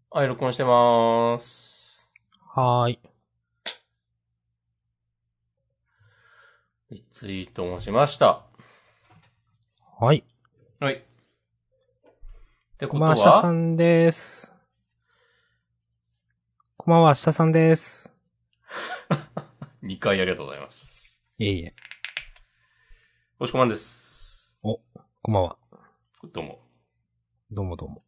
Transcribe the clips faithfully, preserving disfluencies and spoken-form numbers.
はい、録音してまーす。 はーい。 リツイートもしました。 はい。 はい。ってここんばんは、下さとはんです。こんばんは、下さんです。 にかいありがとうございます。 いえいえ。 おしこまんです。 お、こんばんは。 どうも。 どうもどうも。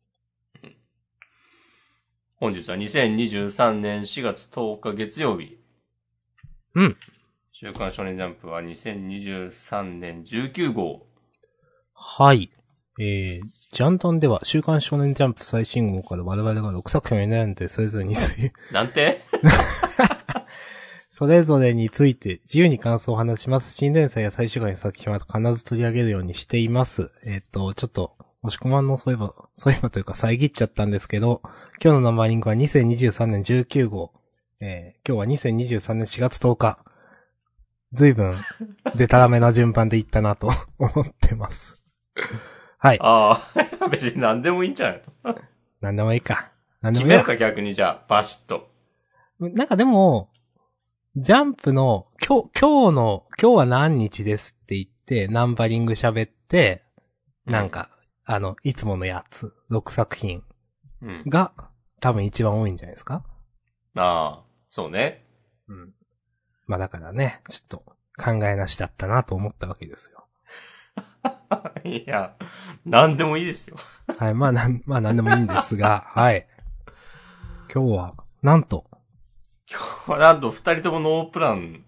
本日はにせんにじゅうさんねんしがつとおか月曜日。 うん。 週刊少年ジャンプはにせんにじゅうさんねんじゅうきゅうごう。 はい。えー、ジャンダンでは、週刊少年ジャンプ最新号から我々がろくさく品を選んで、それぞれについて、 なんてそれぞれについて自由に感想を話します。新連載や最終回の作品は必ず取り上げるようにしています。えっ、と、ちょっと、押し込まんのそういえば、そういえばというか遮っちゃったんですけど、今日のナンバーリングはにせんにじゅうさんねんじゅうきゅうごう。えー、今日はにせんにじゅうさんねんしがつとおか。ずいぶん、でたらめな順番でいったなと思ってます。はい。 ああ、別に何でもいいんじゃないなんでもいいか。なんでもいいよ。 決めるか逆にじゃあ、バシッと。 なんかでも、ジャンプの、今日、今日の、今日は何日ですって言って、ナンバリング喋って、なんか、うん、あの、いつものやつ、ろくさく品が、うん、多分一番多いんじゃないですか？ ああ、そうね。 うん。まあだからね、ちょっと考えなしだったなと思ったわけですよ。 いや、なんでもいいですよ。 はい、まあなん、まあなんでもいいんですが、はい。今日は、なんと。 今日はなんと二人ともノープラン。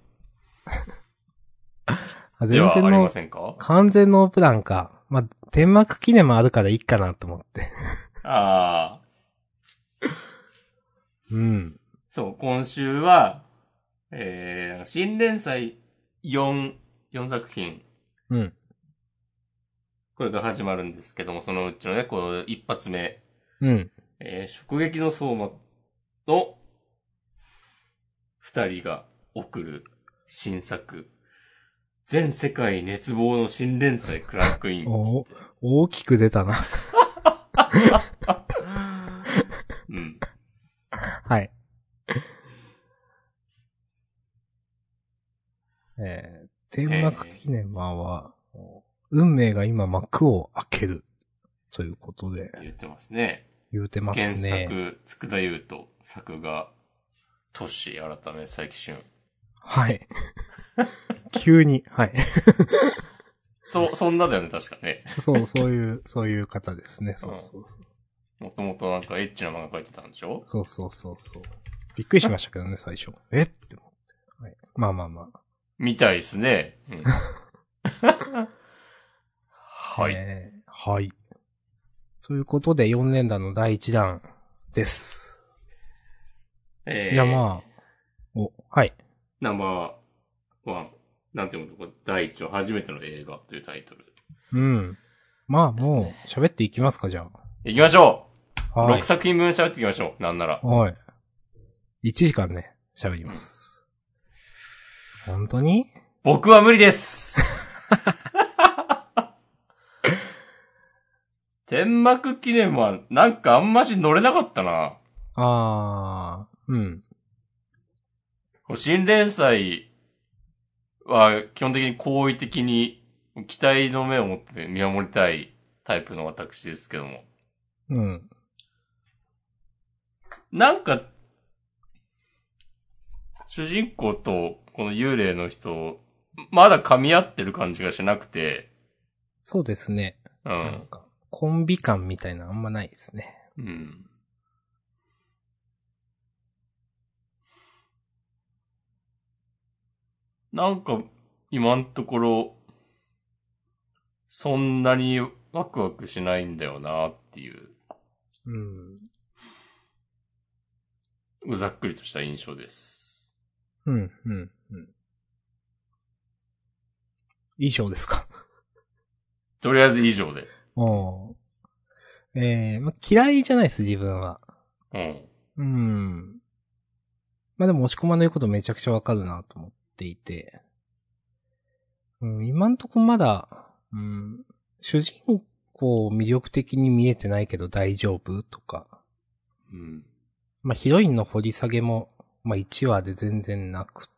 ではありませんか？ 完全ノープランか。まあ、天幕記念もあるからいいかなと思って。 ああ。 うん。 そう、今週は、えー、新連載よん、よんさく品。 うん。 これが始まるんですけども、そのうちのね、こう、一発目。 うん。 えー、直撃の相馬の二人が送る新作。全世界熱望の新連載クランクイン。 お、大きく出たな。 うん。 はい。えー、天幕記念は、運命が今幕を開ける。ということで。 言ってますね。 言うてますね。 原作、佃優斗、作画、トシ改め佐伯俊。 はい。急に、はい。 そう、そんなだよね、確かね。 そう、そういう、そういう方ですね。そうそうそう。 もともとなんかエッチな漫画描いてたんでしょ？ そうそうそうそう。びっくりしましたけどね、最初。えって思って。はい。まあまあまあ。 みたいですね。うん、はい、 えー。はい。ということで、よん連弾のだいいちだんです。 えー。 いや、まあ。お、はい。 ナンバーワン。なんていうのこ第一話初めての映画というタイトル。 うん。まあ、もう、喋っていきますか、じゃあ。 行きましょう。 はい。 ろくさく品分喋っていきましょう。なんなら。 はい。いちじかんね、喋ります。うん、本当に？ 僕は無理です。天幕記念は、なんかあんまし乗れなかったな。 あー、うん。 新連載は基本的に好意的に期待の目を持って見守りたいタイプの私ですけども。 うん。 なんか、主人公とこの幽霊の人、まだ噛み合ってる感じがしなくて。 そうですね。 うん。 なんか、コンビ感みたいなのあんまないですね。 うん。なんか、今のところ、そんなにワクワクしないんだよなっていう。 うん。 ざっくりとした印象です。 うん、うん、うん。以上ですか？ とりあえず以上で。 おー。えー、ま、嫌いじゃないです、自分は。 うん。 うん。まあ、でも、押し込まの言うことめちゃくちゃわかるなと思っていて。うん、今んとこまだ、うん、主人公魅力的に見えてないけど大丈夫とか。 ん。 まあ、ヒロインの掘り下げも、まあ、いちわで全然なくって、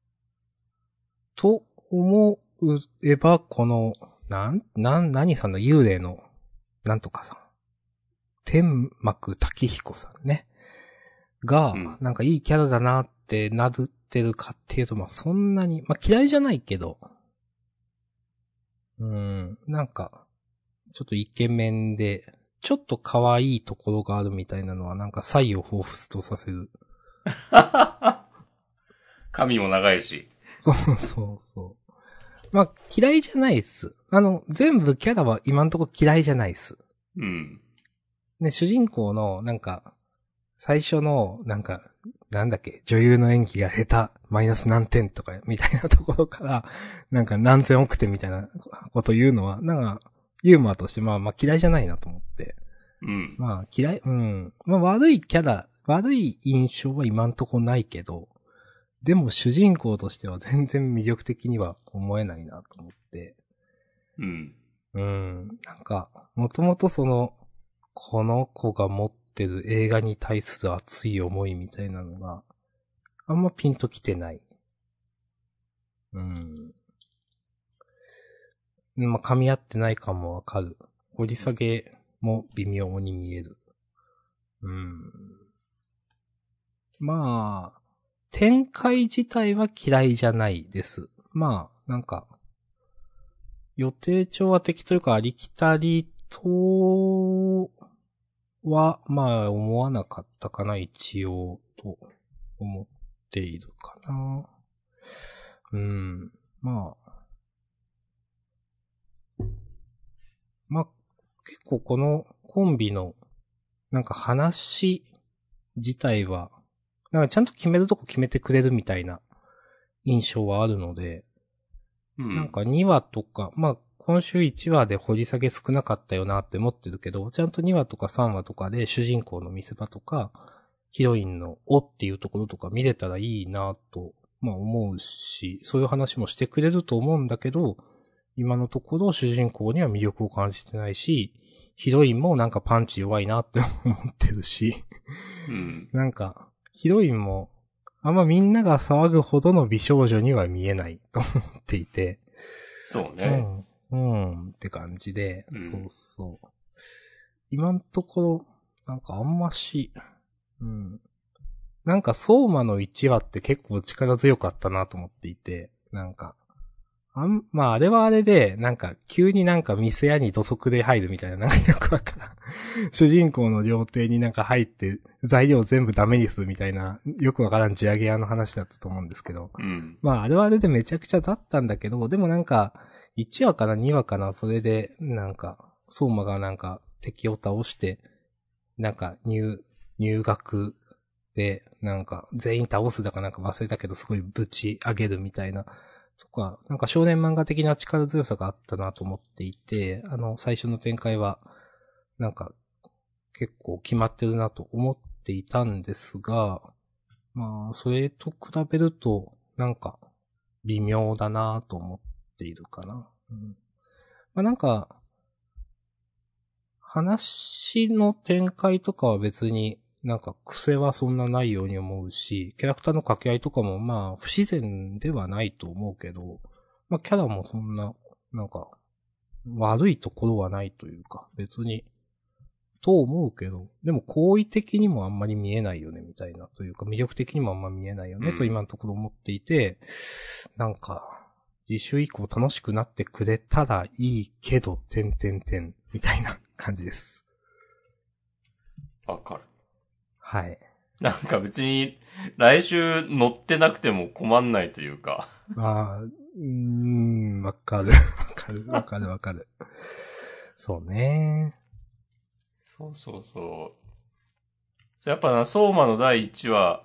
と思えば、この、なん、なん、何さんの幽霊の、なんとかさん。天幕滝彦さんね。が、 うん。 なんかいいキャラだなってなってるかっていうと、まあ、そんなに、まあ、嫌いじゃないけど、うーん、なんか、ちょっとイケメンで、ちょっと可愛いところがあるみたいなのは、なんか、才を彷彿とさせる。 髪も長いし。 そうそうそう。まあ、嫌いじゃないっす。あの、全部キャラは今んとこ嫌いじゃないっす。 うん。 ね、主人公の、なんか、最初の、なんか、なんだっけ、女優の演技が下手、マイナス何点とか、みたいなところから、なんか何千億点みたいなこと言うのは、なんか、ユーモアとして、まあまあ嫌いじゃないなと思って。 うん。 まあ嫌い、うん。まあ悪いキャラ、悪い印象は今んとこないけど、でも主人公としては全然魅力的には思えないなと思って。 うん。 うん。なんか、もともとその、この子が持ってる映画に対する熱い思いみたいなのが、あんまピンときてない。うん。まあ、噛み合ってない感もわかる。掘り下げも微妙に見える。うん。まあ、展開自体は嫌いじゃないです。まあ、なんか、予定調和的というかありきたりとは、まあ思わなかったかな、一応、と思っているかな。うん。まあ。まあ、結構このコンビの、なんか話自体は、なんかちゃんと決めるとこ決めてくれるみたいな印象はあるので、 うん。 なんかにわとか、まあ今週いちわで掘り下げ少なかったよなって思ってるけど、ちゃんとにわとかさんわとかで主人公の見せ場とか、ヒロインのおっていうところとか見れたらいいなと、まあ思うし、そういう話もしてくれると思うんだけど、今のところ主人公には魅力を感じてないし、ヒロインもなんかパンチ弱いなって思ってるし、 うん。 なんか、ヒロインも、あんまみんなが騒ぐほどの美少女には見えないと思っていて、 そうね。 うん、うんって感じで、そううん。 そう。今のところ、なんかあんまし、うん。なんか相馬のいちわって結構力強かったなと思っていて、なんか、あん、まああれはあれで、なんか急になんか店屋に土足で入るみたいな、なんかよくわからん。主人公の料亭になんか入って材料全部ダメにするみたいな、よくわからん地上げ屋の話だったと思うんですけど。 うん。 まああれはあれでめちゃくちゃだったんだけど、でもなんか、いちわからにわかな、それで、なんか、相馬がなんか敵を倒して、なんか入、入学で、なんか全員倒すだかなんか忘れたけどすごいぶち上げるみたいな、とか、なんか少年漫画的な力強さがあったなと思っていて、あの、最初の展開は、なんか、結構決まってるなと思っていたんですが、まあ、それと比べると、なんか、微妙だなと思っているかな。うん、まあなんか、話の展開とかは別になんか癖はそんなないように思うし、キャラクターの掛け合いとかもまあ不自然ではないと思うけど、まあキャラもそんな、なんか、悪いところはないというか、別に、と思うけど、でも好意的にもあんまり見えないよねみたいな、というか魅力的にもあんま見えないよねとうん。 今のところ思っていて、なんか、次週以降楽しくなってくれたらいいけど、てんてんてん、みたいな感じです。 わかる。 はい。 なんか別に、来週乗ってなくても困んないというか。 ああ、うーん、わかる。わかる、わかる、わかる。そうね。 そうそうそう。やっぱな、相馬のだいいちわ、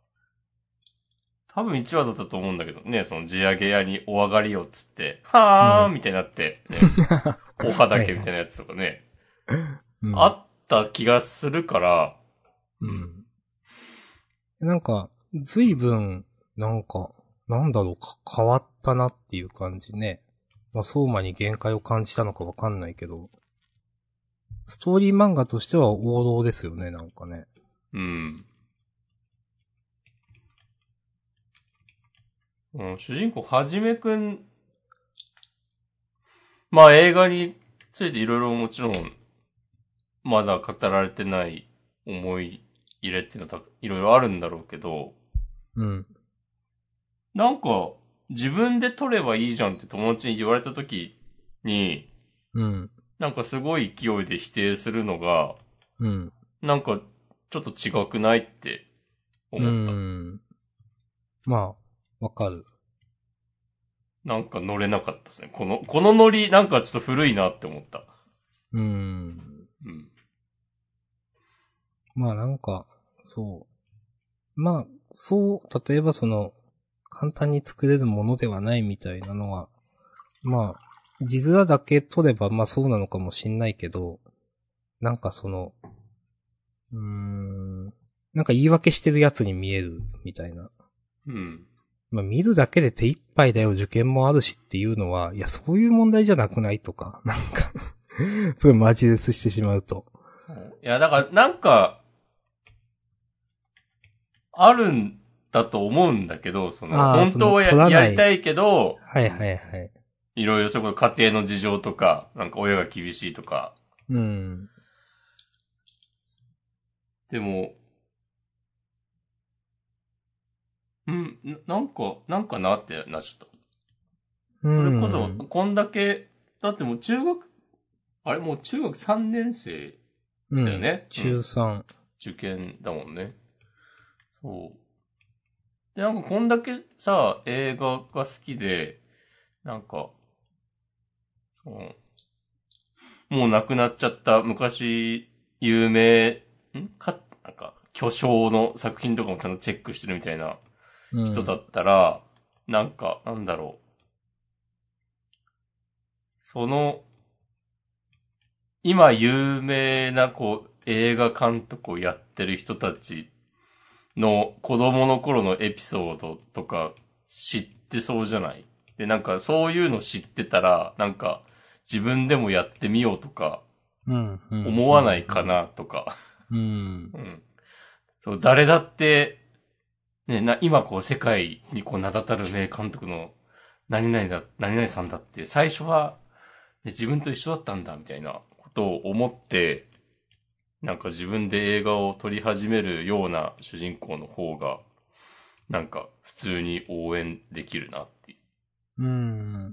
多分いちわだったと思うんだけどね、その地上げ屋にお上がりよっつって、はーうん。 んみたいになって、ね、おはいはい。 肌けみたいなやつとかね、 うん。 あった気がするから、うん。 うん。なんか、随分、なんか、なんだろう、か、変わったなっていう感じね。まあ、相馬に限界を感じたのかわかんないけど。 ストーリー漫画としては王道ですよね、なんかね。 うん。うん、主人公、はじめくん、まあ映画についていろいろもちろん、まだ語られてない思い入れっていうのはいろいろあるんだろうけど、 うん。 なんか、自分で撮ればいいじゃんって友達に言われた時に、 うん。 なんかすごい勢いで否定するのが、 うん。 なんか、ちょっと違くないってう思った。 ん。まあ、わかる。 なんか乗れなかったですね。この、このノリ、なんかちょっと古いなって思った。 うん。 うん。 まあなんか、そう。まあ、そう、例えばその、簡単に作れるものではないみたいなのは、まあ、字面だけ取ればまあそうなのかもしんないけど、なんかその、うーん、なんか言い訳してるやつに見えるみたいな。 うん。 まあ見るだけで手一杯だよ、受験もあるしっていうのは、いやそういう問題じゃなくないとか、なんかすごいマジレスしてしまうと。 いや、だから、なんか、あるんだと思うんだけど、その、 ああ、その、 本当はや、 取らない。 やりたいけど、 はいはいはい。 いろいろそこ家庭の事情とか、なんか親が厳しいとか。 うん。 でも、うん、ななんか、なんかなってなっちゃった。 うそれこそ、 ん。 こんだけ、だってもう中学、あれもう中学さんねん生うん。 だよね。うん。 中さん。 受験だもんね。そう。で、なんかこんだけさ、映画が好きで、なんか、うん、もう亡くなっちゃった昔有名、んか、なんか、巨匠の作品とかもちゃんとチェックしてるみたいなうん。 人だったら、なんか、なんだろう。その、今有名なこう、映画監督をやってる人たちの子供の頃のエピソードとか知ってそうじゃない？で、なんかそういうの知ってたら、なんか自分でもやってみようとかうん。うん。 思わないかなとか。 うん。 うん。そう、誰だって、ね、な、今こう世界にこう名だたる名監督の何々だ、何々さんだって最初は、ね、自分と一緒だったんだみたいなことを思って、なんか自分で映画を撮り始めるような主人公の方が、なんか普通に応援できるなっていうん。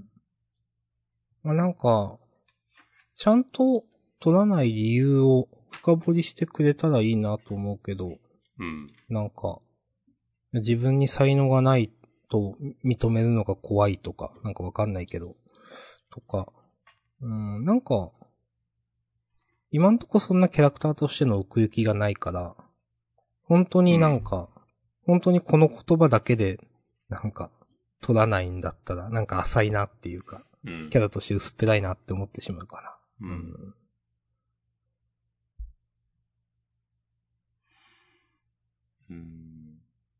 まあ、なんか、ちゃんと取らない理由を深掘りしてくれたらいいなと思うけど、 う。うん。 なんか、自分に才能がないと認めるのが怖いとか、なんかわかんないけど、とか、うん、なんか、今んとこそんなキャラクターとしての奥行きがないから、本当になんか、本当にこの言葉だけで、なんか、取らないんだったら、なんか浅いなっていうか、 うん。 キャラとして薄っぺらいなって思ってしまうかうな。うん。 ん。うん。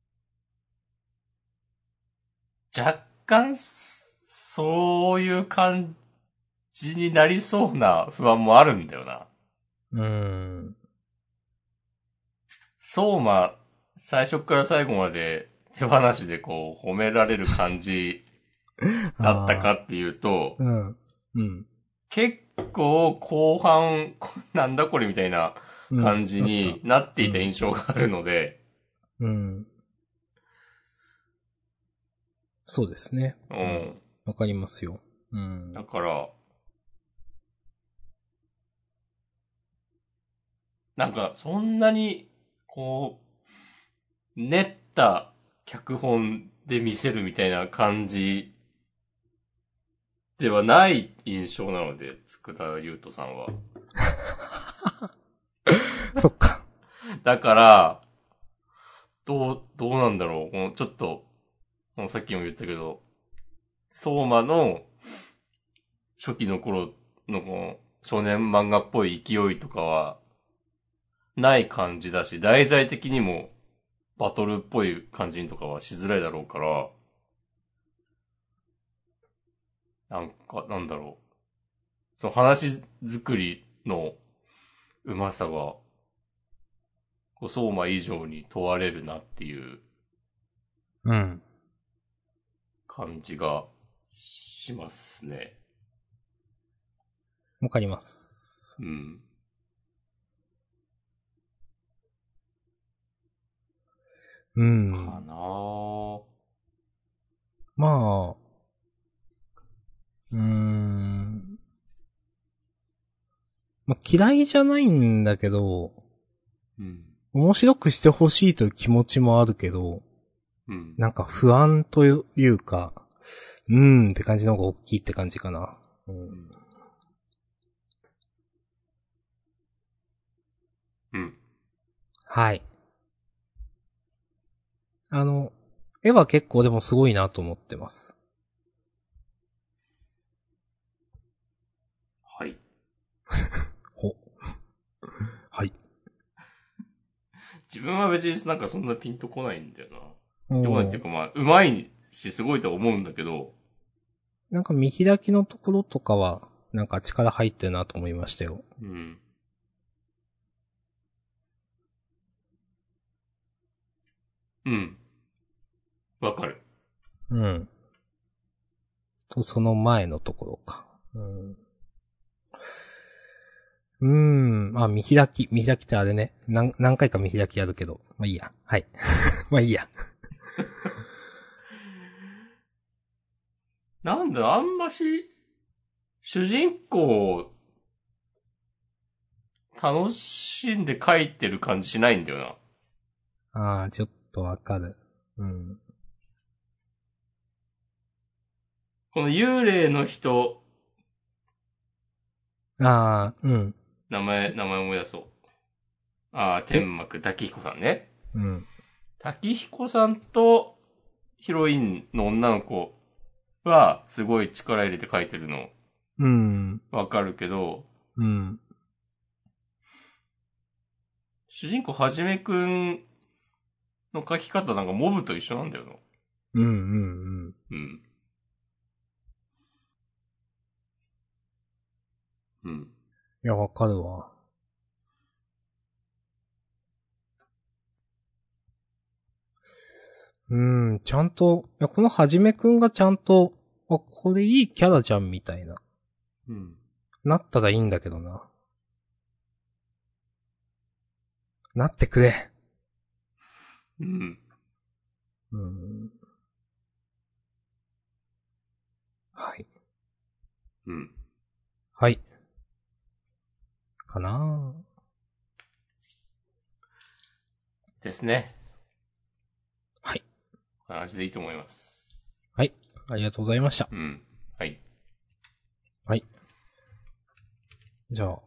若干、そういう感じになりそうな不安もあるんだよな。 うーん。 相馬、最初から最後まで手放しでこう褒められる感じだったかああ。 っていうと、 うん。うん。 結構後半、なんだこれみたいなうん。 感じあった。 になっていたうん。 印象があるので、 うん。そうですね。 ううん。 ん。 わかりますよ。うだん。 から、なんかそんなに、こう、練った脚本で見せるみたいな感じではない印象なので、佃優斗さんは。 そっか。 だから、どう、どうなんだろう。このちょっと、このさっきも言ったけど、相馬の初期の頃のこの少年漫画っぽい勢いとかはない感じだし、題材的にもバトルっぽい感じにとかはしづらいだろうから、なんか、なんだろう。その話作りのうまさが、こう相馬以上に問われるなっていううん。 感じがしますね。 わかります。 うん。 うん。 かなぁ。 まあ、うーん。まあ、嫌いじゃないんだけど、 うん。 面白くしてほしいという気持ちもあるけど、 うん。 なんか不安というか、うーんって感じの方が大きいって感じかな。うん。 うん。 はい。あの、絵は結構でもすごいなと思ってます。 はい。 ほ。はい。 自分は別になんかそんなピンとこないんだよな。 おどうなんていうかまあ、うまいしすごいとは思うんだけど、 なんか見開きのところとかは、なんか力入ってるなと思いましたよ。 うん。うん。わかる。 うん。と、その前のところか。うん。うーん。あ、見開き。見開きってあれね。何、何回か見開きやるけど。まあいいや。はい。まあいいや。 なんだ、あんまし、主人公、楽しんで書いてる感じしないんだよな。 ああ、ちょっとわかる。うん。 この幽霊の人、 ああ、うん。 名前、名前思い出そう。ああ、 え天幕滝彦さんね。 うん。 滝彦さんとヒロインの女の子はすごい力入れて書いてるのうん。 わかるけど、 うん。 主人公はじめくんの書き方なんかモブと一緒なんだよな。 うん。うん。 うん。うん。 いや、わかるわ。うん。ちゃんと、いや、このはじめくんがちゃんと、あ、これいいキャラじゃん、みたいな。 うん。 なったらいいんだけどな。なってくれ。 うん。 うん。はい。 うん。 はい。かなですね。 ぁ。はい。 こんな感じでいいと思います。 はい。ありがとうございました。 うん。はい。 はい。じゃあ。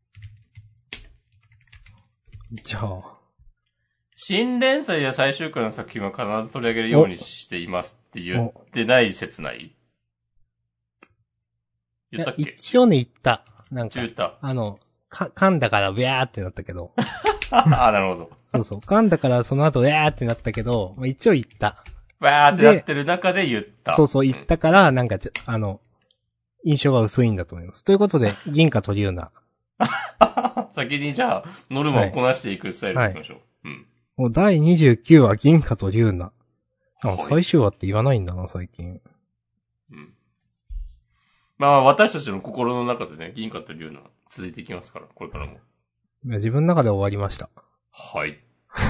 じゃあ。 新連載や最終回の作品は必ず取り上げるようにしていますって言ってない説ないいや、 言ったっけ一応ね、言った。なんか言っ、た。 あの、か、噛んだから、ウェーってなったけど。 ああ、なるほど。 そうそう。噛んだからその後、ウェーってなったけど、まあ、一応言った。 わーってなってる中で言った。 そうそう、言ったから、なんかちょ、あの、印象が薄いんだと思います。ということで、銀貨取りうな。 先にじゃあ、ノルマをこなしていくスタイルでいきましょう。うん。 もうだいにじゅうきゅう話銀貨取りうな。あ、 はい最終話って言わないんだな、最近。 うん。まあ、私たちの心の中でね、銀貨と竜奈続いていきますから、これからも。 いや自分の中で終わりました。 はい。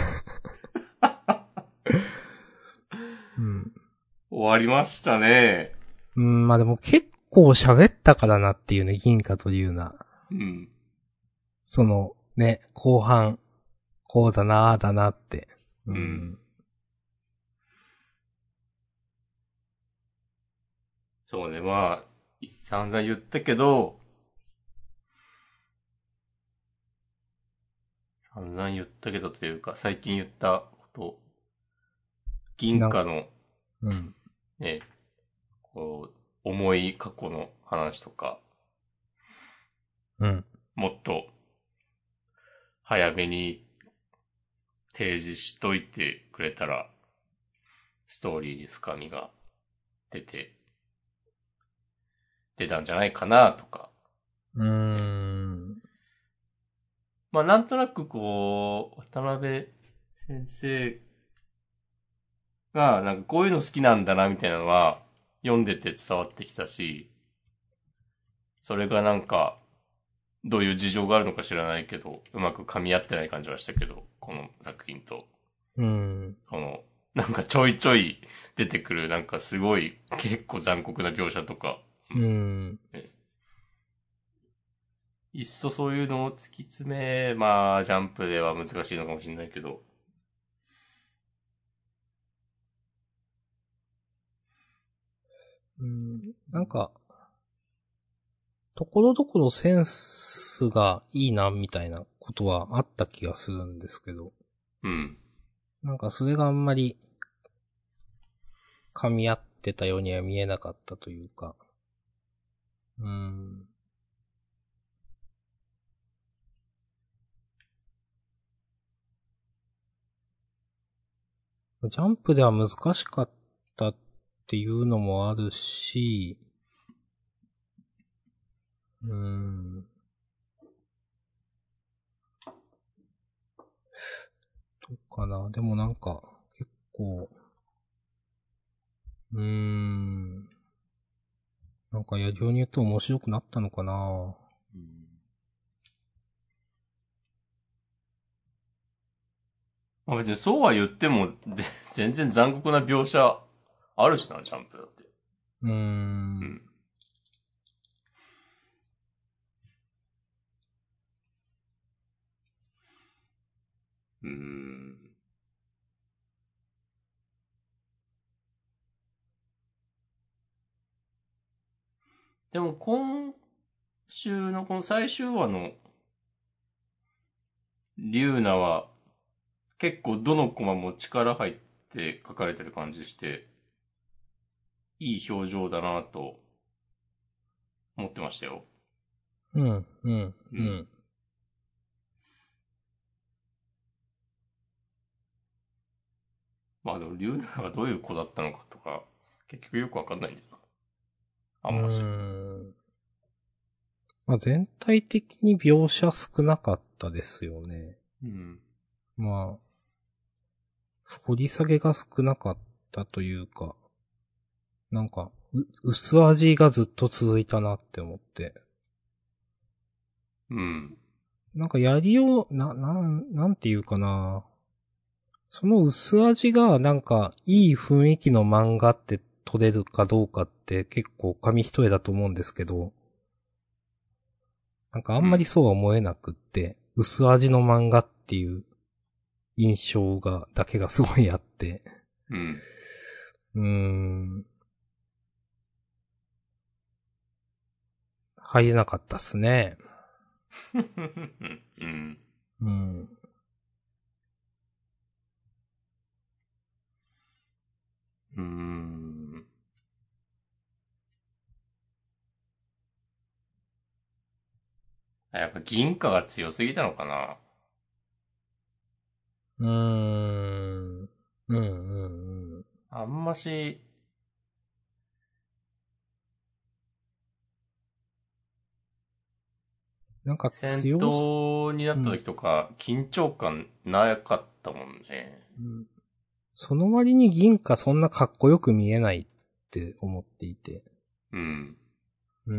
うん。 終わりましたね。 うん、まあでも結構喋ったからなっていうね、銀貨というな。 うん。 その、ね、後半、こうだな、ああだなって。うん。 うん、そうね、まあ、散々言ったけど、散々言ったけどというか、最近言ったこと、銀貨の、 うん。 ね、こう、重い過去の話とか、 うん。 もっと、早めに提示しといてくれたら、ストーリーに深みが出て、出たんじゃないかなとか。 うーん。 まあなんとなくこう、渡辺先生がなんかこういうの好きなんだなみたいなのは読んでて伝わってきたし、それがなんかどういう事情があるのか知らないけど、うまく噛み合ってない感じはしたけど、この作品と。 うん。 この、なんかちょいちょい出てくるなんかすごい結構残酷な描写とか、 うん。 いっそそういうのを突き詰め、まあ、ジャンプでは難しいのかもしれないけど。 うん。なんか、ところどころセンスがいいな、みたいなことはあった気がするんですけど。 うん。 なんかそれがあんまり噛み合ってたようには見えなかったというか。うーん。ジャンプでは難しかったっていうのもあるし、うーん。どうかな。でもなんか、結構、うーん。なんかやりようによって面白くなったのかな。 まあ別にそうは言っても、で全然残酷な描写あるしな、ジャンプだって。 うー。 うんん。うーん。でも今週のこの最終話のリュウナは結構どのコマも力入って書かれてる感じして、いい表情だなと思ってましたよ。 うん、うん、 うん。 うん。 まあでもリュウナがどういう子だったのかとか、結局よくわかんないんだよな。あうーんまし。 ん。まあ、全体的に描写少なかったですよね。 うん。 まあ、掘り下げが少なかったというか、なんか、う薄味がずっと続いたなって思って。 うん。 なんかやりよう、な、なん、なんていうかな。その薄味がなんかいい雰囲気の漫画って撮れるかどうかって結構紙一重だと思うんですけど、なんかあんまりうん。 そうは思えなくって、薄味の漫画っていう印象が、だけがすごいあって、 うん。 うーん、入れなかったっすね。 うん。 うん。 うーん。あやっぱ銀貨が強すぎたのかな。 うーん。うん、うん、うん。 あんまし、 なんか戦強す、 闘になったうん。 時とか、緊張感なかったもんね。 うん、その割に銀貨そんなかっこよく見えないって思っていて。 うん。 うん。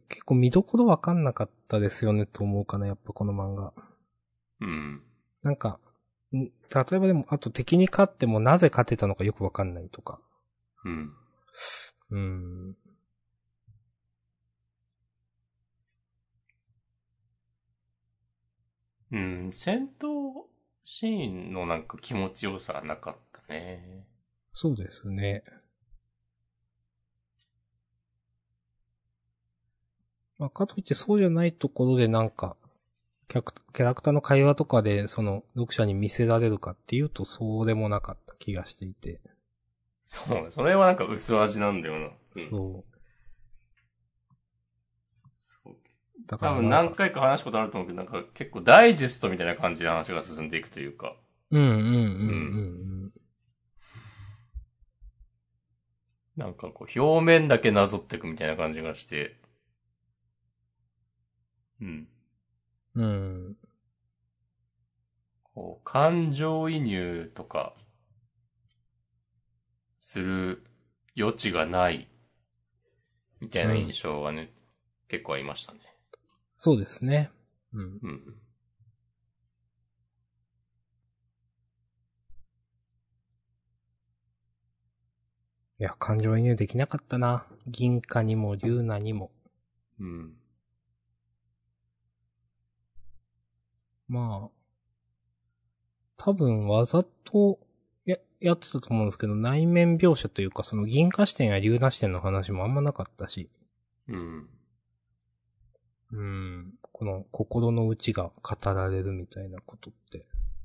結構見どころわかんなかったですよねと思うかな、やっぱこの漫画。 うん。 なんか、ん例えばでも、あと敵に勝ってもなぜ勝てたのかよくわかんないとか。 うん。 うん。 うん。戦闘シーンのなんか気持ちよさはなかったね。 そうですね。まあ、かといってそうじゃないところでなんか、キャラクキャラクターの会話とかで、その、読者に見せられるかっていうと、そうでもなかった気がしていて。 そうね。それはなんか薄味なんだよな。うん。 そう。 そうだか多分らなんか、 何回か話したことあると思うけど、なんか結構ダイジェストみたいな感じで話が進んでいくというか。 うんうんうんうんうん。 うん。 なんかこう表面だけなぞっていくみたいな感じがして。うん。 うん。 こう感情移入とか、する余地がない、みたいな印象がね、うん、結構ありましたね。 そうですね。うん。 うん。 いや、感情移入できなかったな。銀貨にも龍ナにも。 うん。 まあ、多分わざとや、やってたと思うんですけど、内面描写というか、その銀河視点や龍ナ視点の話もあんまなかったし。 うん。 うん。この心の内が語られるみたいなことって。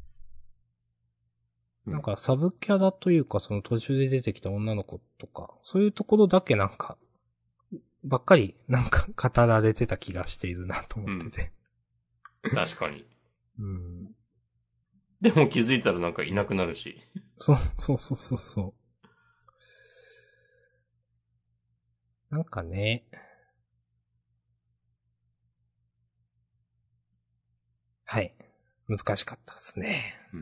なんかサブキャラというか、その途中で出てきた女の子とか、そういうところだけなんか、ばっかりなんか語られてた気がしているなと思ってて。 うん、確かに。 うん。 でも気づいたらなんかいなくなるし。 そう、そうそうそうそう。なんかね。はい。難しかったですね。 うん。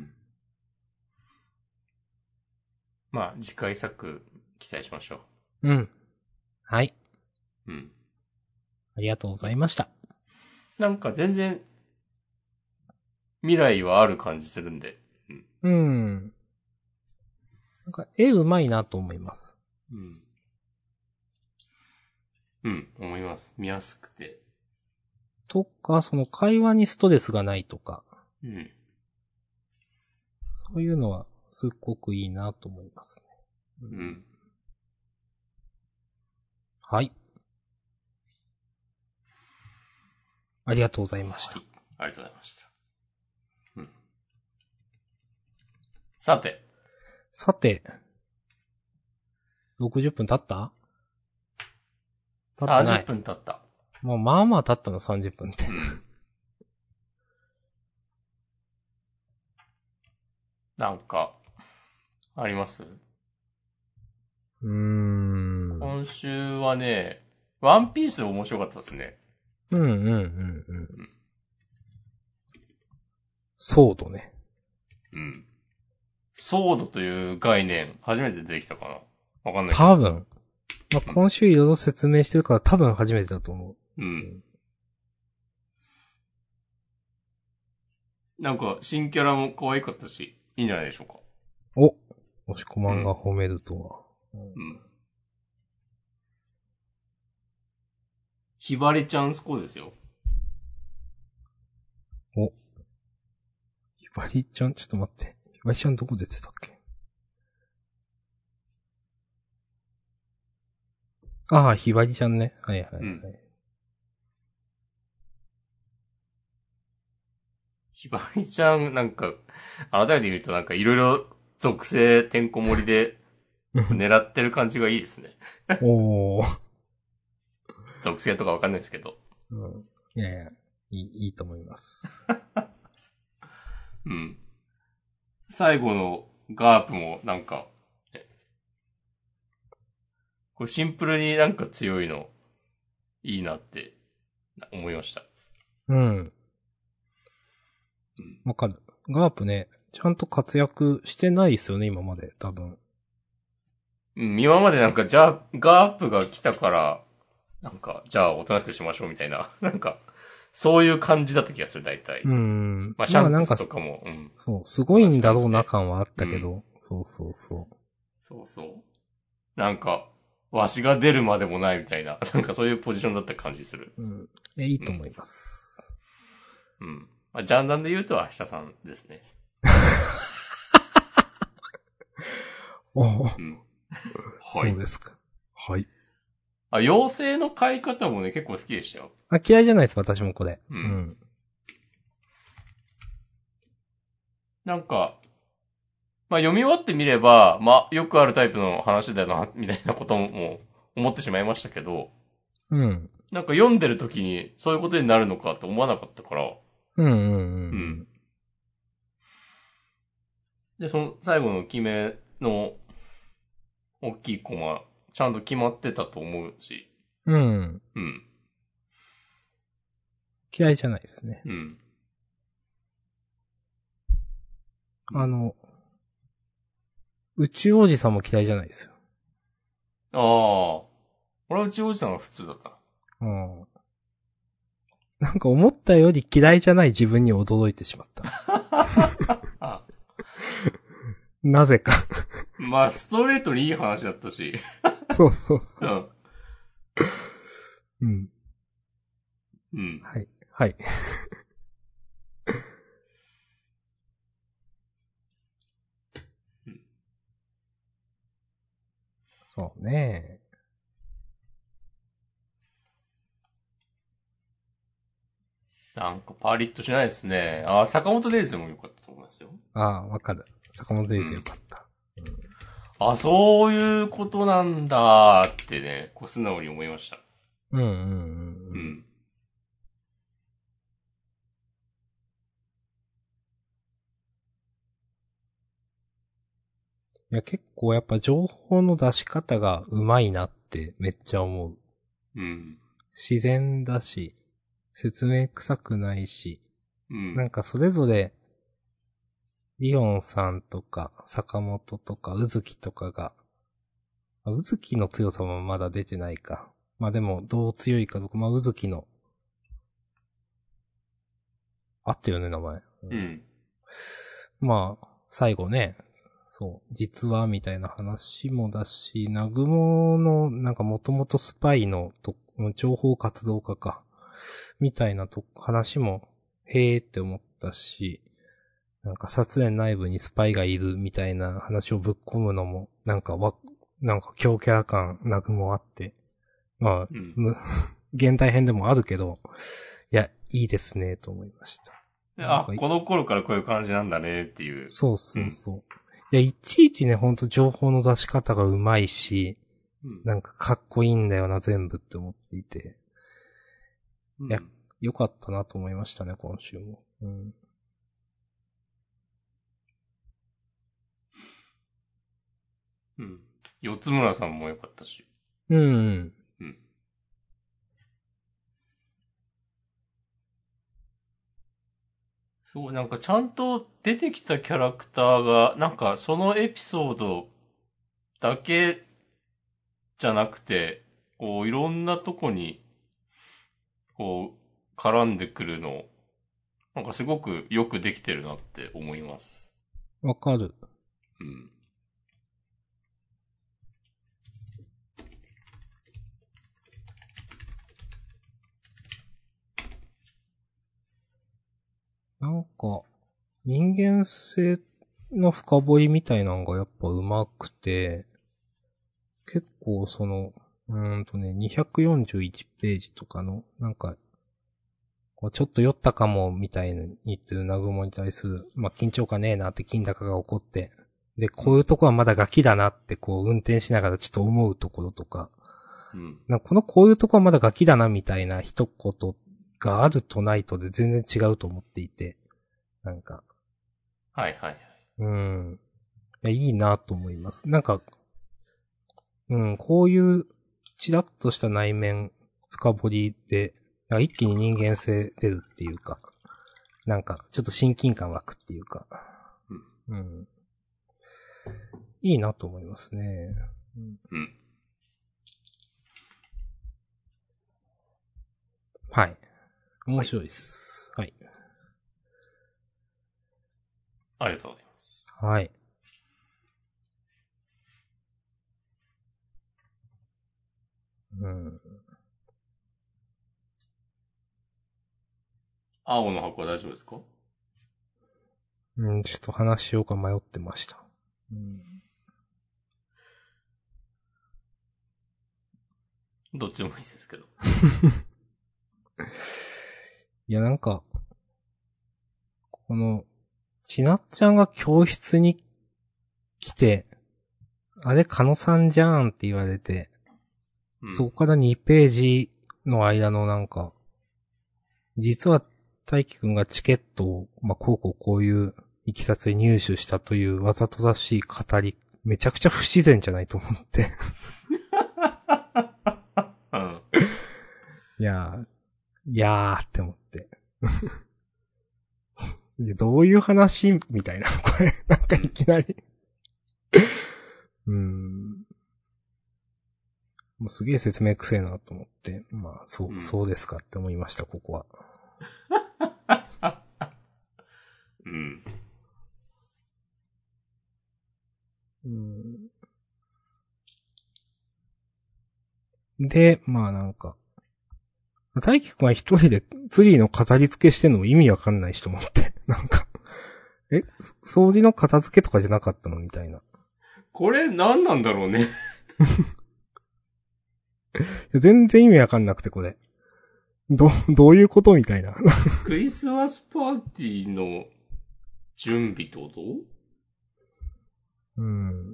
まあ、次回作期待しましょう。うん。はい。 うん。 ありがとうございました。 なんか全然、未来はある感じするんで。 うん。うん。なんか、絵うまいなと思います。 うん。うん、思います。見やすくて。 とか、その会話にストレスがないとか。 うん。 そういうのは、すっごくいいなと思いますね。 うん。うん、 はい。ありがとうございました。はい、 ありがとうございました。うん。さて。 さて。ろくじゅっぷん経った？経ってない。 さんじゅっぷん経った。 もうまあまあ経ったのさんじゅっぷんって。うん。 なんか、あります？ うーん。 今週はね、ワンピース面白かったですね。 うんうんうんうん。うん、ソードね。 うん。ソードという概念、初めて出てきたかな？わかんないけど。 多分。まあ、今週いろいろ説明してるから多分初めてだと思う。 うん。なんか、新キャラも可愛かったし、いいんじゃないでしょうか。 お、もしこまんが褒めるとは。 うん。うん、ひばりちゃんすこですよ。 お。ひばりちゃん、ちょっと待って。ひばりちゃんどこ出てたっけ？ああ、ひばりちゃんね。はいはいはい。うん、 ひばりちゃん、なんか、改めて見るとなんかいろいろ属性てんこ盛りで狙ってる感じがいいですね。おー。属性とかわかんないですけど。 うん。いやいや、いい、いいと思います。 うん。最後のガープもなんか、これシンプルになんか強いの、いいなって思いました。 うん。わかる。ガープね、ちゃんと活躍してないですよね、今まで、多分。 うん、今までなんか、じゃあ、ガープが来たから、なんか、じゃあ、おとなしくしましょうみたいな。なんか、そういう感じだった気がする、大体。 うん。 まあ、シャンクスとかも、うん。 そう、すごいんだろうな感はあったけど、うん、そうそうそう。 そうそう。なんか、わしが出るまでもないみたいな、なんかそういうポジションだった感じする。 うん。え、いいと思います。 うん。うん、まあ、ジャンダンで言うと明日さんですね。 おお、うん。はい。そうですか。はい。 あ、妖精の飼い方もね、結構好きでしたよ。 あ、嫌いじゃないです、私もこれ。 うん。うん、なんか、まあ読み終わってみれば、まあよくあるタイプの話だな、みたいなことも思ってしまいましたけど、 うん。 なんか読んでる時にそういうことになるのかと思わなかったから、 うんうんうん。うん。 で、その最後の決めの大きいコマ、ちゃんと決まってたと思うし。 うん。 うん。 嫌いじゃないですね。 うん。 あの、宇宙王子さんも嫌いじゃないですよ。 ああ。俺は宇宙おじさんが普通だった。 うん。なんか思ったより嫌いじゃない自分に驚いてしまった。 あなぜか。 まあ、ストレートにいい話だったし。 そうそう。 うん。 うん。 うん。 はい。はい。そうね。 なんかパリッとしないですね。ああ、坂本デイズも良かったと思いますよ。 ああ、わかる。坂本デイズよかった。 うん、あ、そういうことなんだってね、こう素直に思いました。 うんうんうん、うん。 うん。 いや、結構やっぱ情報の出し方が上手いなってめっちゃ思う。 うん。 自然だし、説明臭くないし、 うん。 なんかそれぞれ、リオンさんとか、坂本とか、うずきとかが、うずきの強さもまだ出てないか。まあでも、どう強いかとか、まあうずきの、あったよね、名前。 うん。 まあ、最後ね、そう、実はみたいな話もだし、ナグモの、なんかもともとスパイのと、情報活動家か、みたいなと、話も、へーって思ったし、なんか殺園内部にスパイがいるみたいな話をぶっ込むのも、なんかわ、なんか強キャラ感、ナグモあって、まあ、 うん、 む、現代編でもあるけど、いや、いいですね、と思いました。 であ、この頃からこういう感じなんだねっていう。 そうそうそう。うん、いや、いちいちね、ほんと情報の出し方がうまいし、うん、なんかかっこいいんだよな、全部って思っていて。うん、いや、よかったなと思いましたね、今週も。うん。 うん。四つ村さんもよかったし。 うん。 うん。そう、なんかちゃんと出てきたキャラクターが、なんかそのエピソードだけじゃなくて、こういろんなとこに、こう、絡んでくるの、なんかすごくよくできてるなって思います。 わかる。 うん。 なんか、人間性の深掘りみたいなのがやっぱ上手くて、結構その、うーんとね、にひゃくよんじゅういちページとかの、なんか、こうちょっと酔ったかも、みたいに言ってるナグモに対する、まあ、緊張感ねえなって金高が起こって、で、こういうとこはまだガキだなってこう運転しながらちょっと思うところとか、 うん、 なんかこのこういうとこはまだガキだなみたいな一言があるとないとで全然違うと思っていて、なんか。 はいはいはい。 うん。いや、いいなと思います。なんか、うん、こういうチラッとした内面深掘りで、一気に人間性出るっていうか、なんか、ちょっと親近感湧くっていうか、うん。うん、いいなと思いますね。 うん。うん、 はい。面白いです。はい。 ありがとうございます。 はい。うん。 青の箱は大丈夫ですか？ うん、ちょっと話しようか迷ってました。うん、 どっちもいいですけど。 いや、なんか、この、ちなっちゃんが教室に来て、あれ、カノさんじゃんって言われて、うん、そこからにページの間のなんか、実は大輝くんがチケットを、まあ、こうこうこういういきさつで入手したというわざとらしい語り、めちゃくちゃ不自然じゃないと思って。うん、いやー、いやーって思って。 いや、どういう話みたいな、これ、なんかいきなり。うーん。もうすげえ説明くせえなと思って、まあ、そう、 うん、 そうですかって思いました、ここは。 うん。 うーん。で、まあなんか、大輝くんは一人でツリーの飾り付けしてんのも意味わかんないしと思って。なんか、え、掃除の片付けとかじゃなかったのみたいな。 これ何なんだろうね。 全然意味わかんなくて、これ。ど、どういうことみたいな。 クリスマスパーティーの準備ってこと？ うん。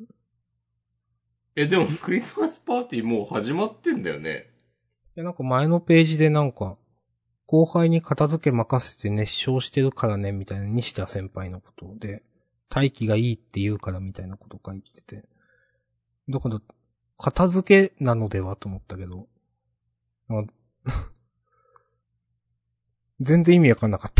え、でもクリスマスパーティーもう始まってんだよね。 いや、なんか前のページでなんか、後輩に片付け任せて熱唱してるからね、みたいな西田先輩のことで、大気がいいって言うからみたいなこと書いてて。だから、片付けなのではと思ったけど、なんか全然意味わかんなかった。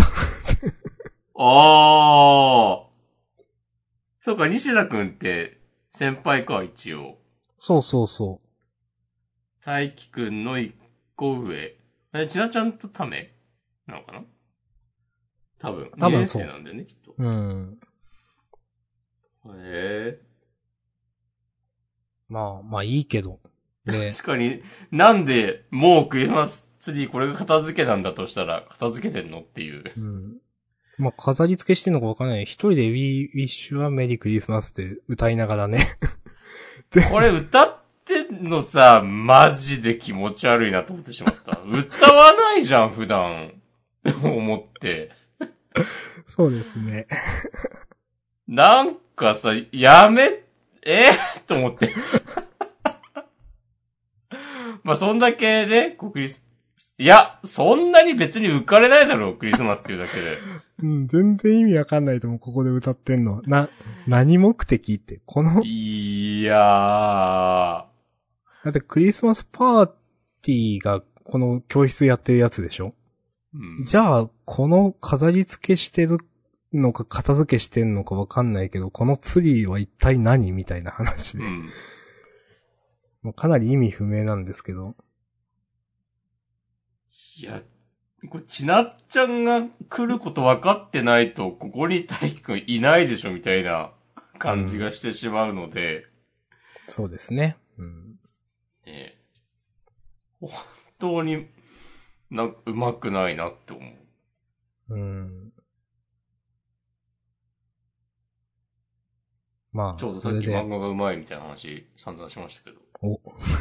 あー。そうか、西田くんって先輩か、一応。 そうそうそ大輝くんの一個上。え、ちなちゃんとためなのかな？多分。 う。多にねん分そう。 生なんだよね、きっと。 うん。 へえ。 まあ、まあいいけど。で、 確かに、なんで、もうクリスマスツリーこれが片付けなんだとしたら、片付けてんのっていう。 うん。まあ飾り付けしてんのかわかんない。一人で We Wish はメリークリスマスって歌いながらね。 これ歌ってんのさ、マジで気持ち悪いなと思ってしまった。歌わないじゃん、普段。思って。 そうですね。 なんかさ、やめ、えー、と思って。まあ、そんだけね、こうクリス、いや、そんなに別に浮かれないだろう、クリスマスっていうだけで。 うん、全然意味わかんないと思う、ここで歌ってんの。な、何目的って、この、 いやー。 だってクリスマスパーティーがこの教室やってるやつでしょ？ うん、 じゃあ、この飾り付けしてるのか片付けしてんのかわかんないけど、このツリーは一体何みたいな話で。 うん。 もうかなり意味不明なんですけど。 いや、これ、ちなっちゃんが来ること分かってないと、ここに大輝くんいないでしょ、みたいな感じがしてしまうので、 うん、そうですね。うん。 ね、本当にな、うまくないなって思う。 うん。まあ、 ちょうどさっき漫画がうまいみたいな話散々しましたけど。 お。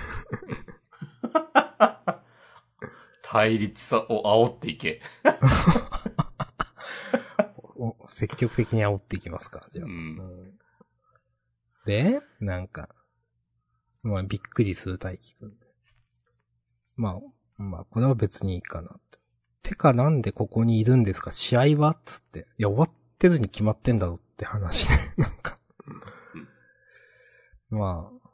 対立さを煽っていけ。 お積極的に煽っていきますか、じゃあ。 うん、 うん、で、なんか、まあ、びっくりする大輝くん。まあ、まあ、これは別にいいかなって。てか、なんでここにいるんですか？試合はつって。いや、終わってるに決まってんだろうって話ね。なんか。まあ。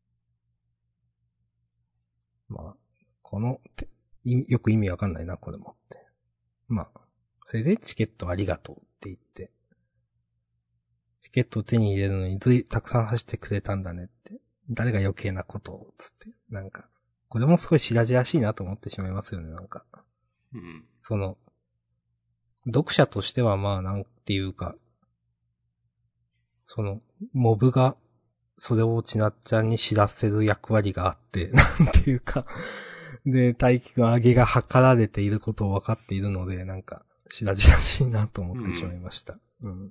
まあ、この、よく意味わかんないな、これもって。まあ、それでチケットありがとうって言って、チケットを手に入れるのにずい、たくさん走ってくれたんだねって。誰が余計なことを、つって。なんか、これもすごい白々しいなと思ってしまいますよね、なんか。 うん、 その、読者としてはまあ、なんていうか、その、モブが、それをちなっちゃんに知らせる役割があって、なんていうか、で、大輝くん上げが図られていることを分かっているので、なんか、白々しいなと思ってしまいました。うん。うん、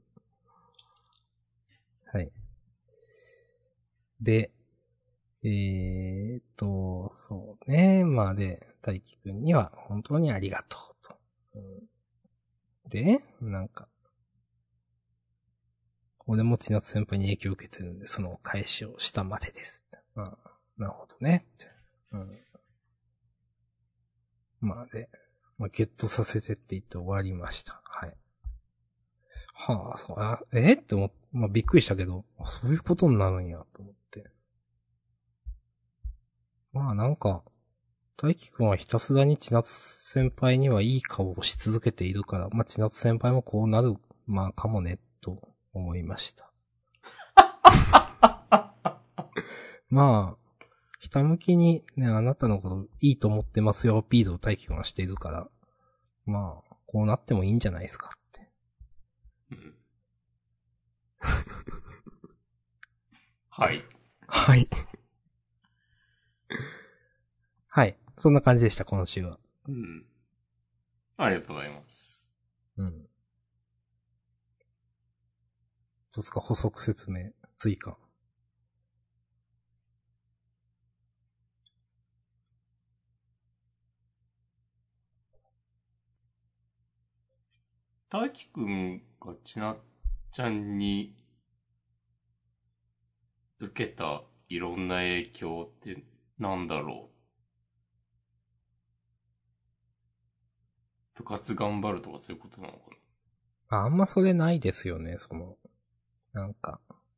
はい。で、えーっと、そうね。まあで、大輝くんには本当にありがとうと。うん、で、なんか、俺も千夏先輩に影響を受けてるんで、そのお返しをしたまでです。ああ、なるほどね。うん、まあで、まあ、ゲットさせてって言って終わりました。はい。はあ、そう、あ、えって思って、まあびっくりしたけど、そういうことになるんや、と思って。まあなんか、大輝くんはひたすらに千夏先輩にはいい顔をし続けているから、まあ千夏先輩もこうなるまあかもね、と思いました。まあ、ひたむきにね、あなたのこといいと思ってますよ、アピールを大輝くんはしているから、まあ、こうなってもいいんじゃないですかって。うん、 はい。 はい。はい。そんな感じでした、今週は。 うん。ありがとうございます。 うん。どうですか、補足説明、追加。 大輝くんがちなっちゃんに受けたいろんな影響ってなんだろう。部活頑張るとかそういうことなのかな。あ、あんまそれないですよね、その、なんか。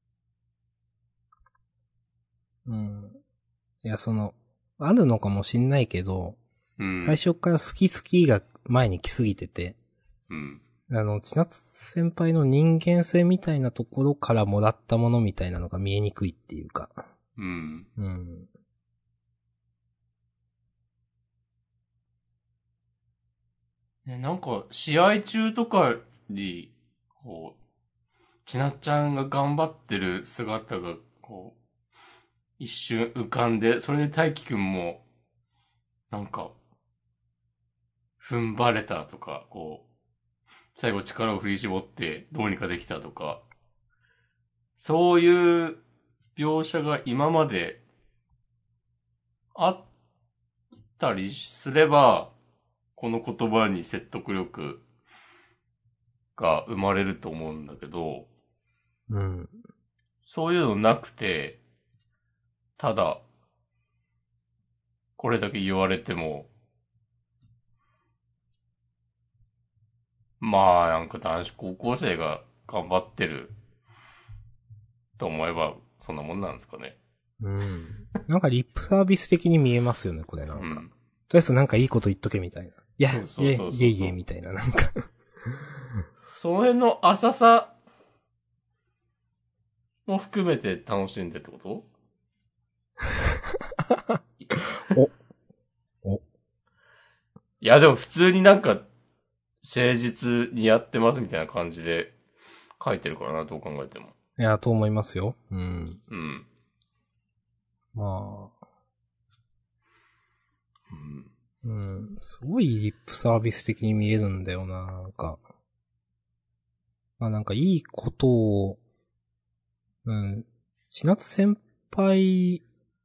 うん。いや、その、あるのかもしんないけど、 うん。 最初から好き好きが前に来すぎてて、 うん。 あの、千夏先輩の人間性みたいなところからもらったものみたいなのが見えにくいっていうか。 うん。 うん。 ね、なんか、試合中とかに、こう、ちなっちゃんが頑張ってる姿が、こう、一瞬浮かんで、それで大輝くんも、なんか、踏ん張れたとか、こう、最後力を振り絞ってどうにかできたとか、そういう描写が今まであったりすれば、この言葉に説得力が生まれると思うんだけど、 うん。 そういうのなくて、ただ、これだけ言われても、まあなんか男子高校生が頑張ってると思えば、そんなもんなんですかね。 うん。なんかリップサービス的に見えますよね、これなんか。 うん。 とりあえずなんかいいこと言っとけみたいな。いや、 そうそいえうそうそう。 いえいえみたいな、なんか。 その辺の浅さも含めて楽しんでってことお。お。 いやでも普通になんか、誠実にやってますみたいな感じで書いてるからな、どう考えても。 いや、と思いますよ。うん。 うん。 まあ。 うん。 うん。すごいリップサービス的に見えるんだよな、なんか。まあなんかいいことを、うん。千夏先輩、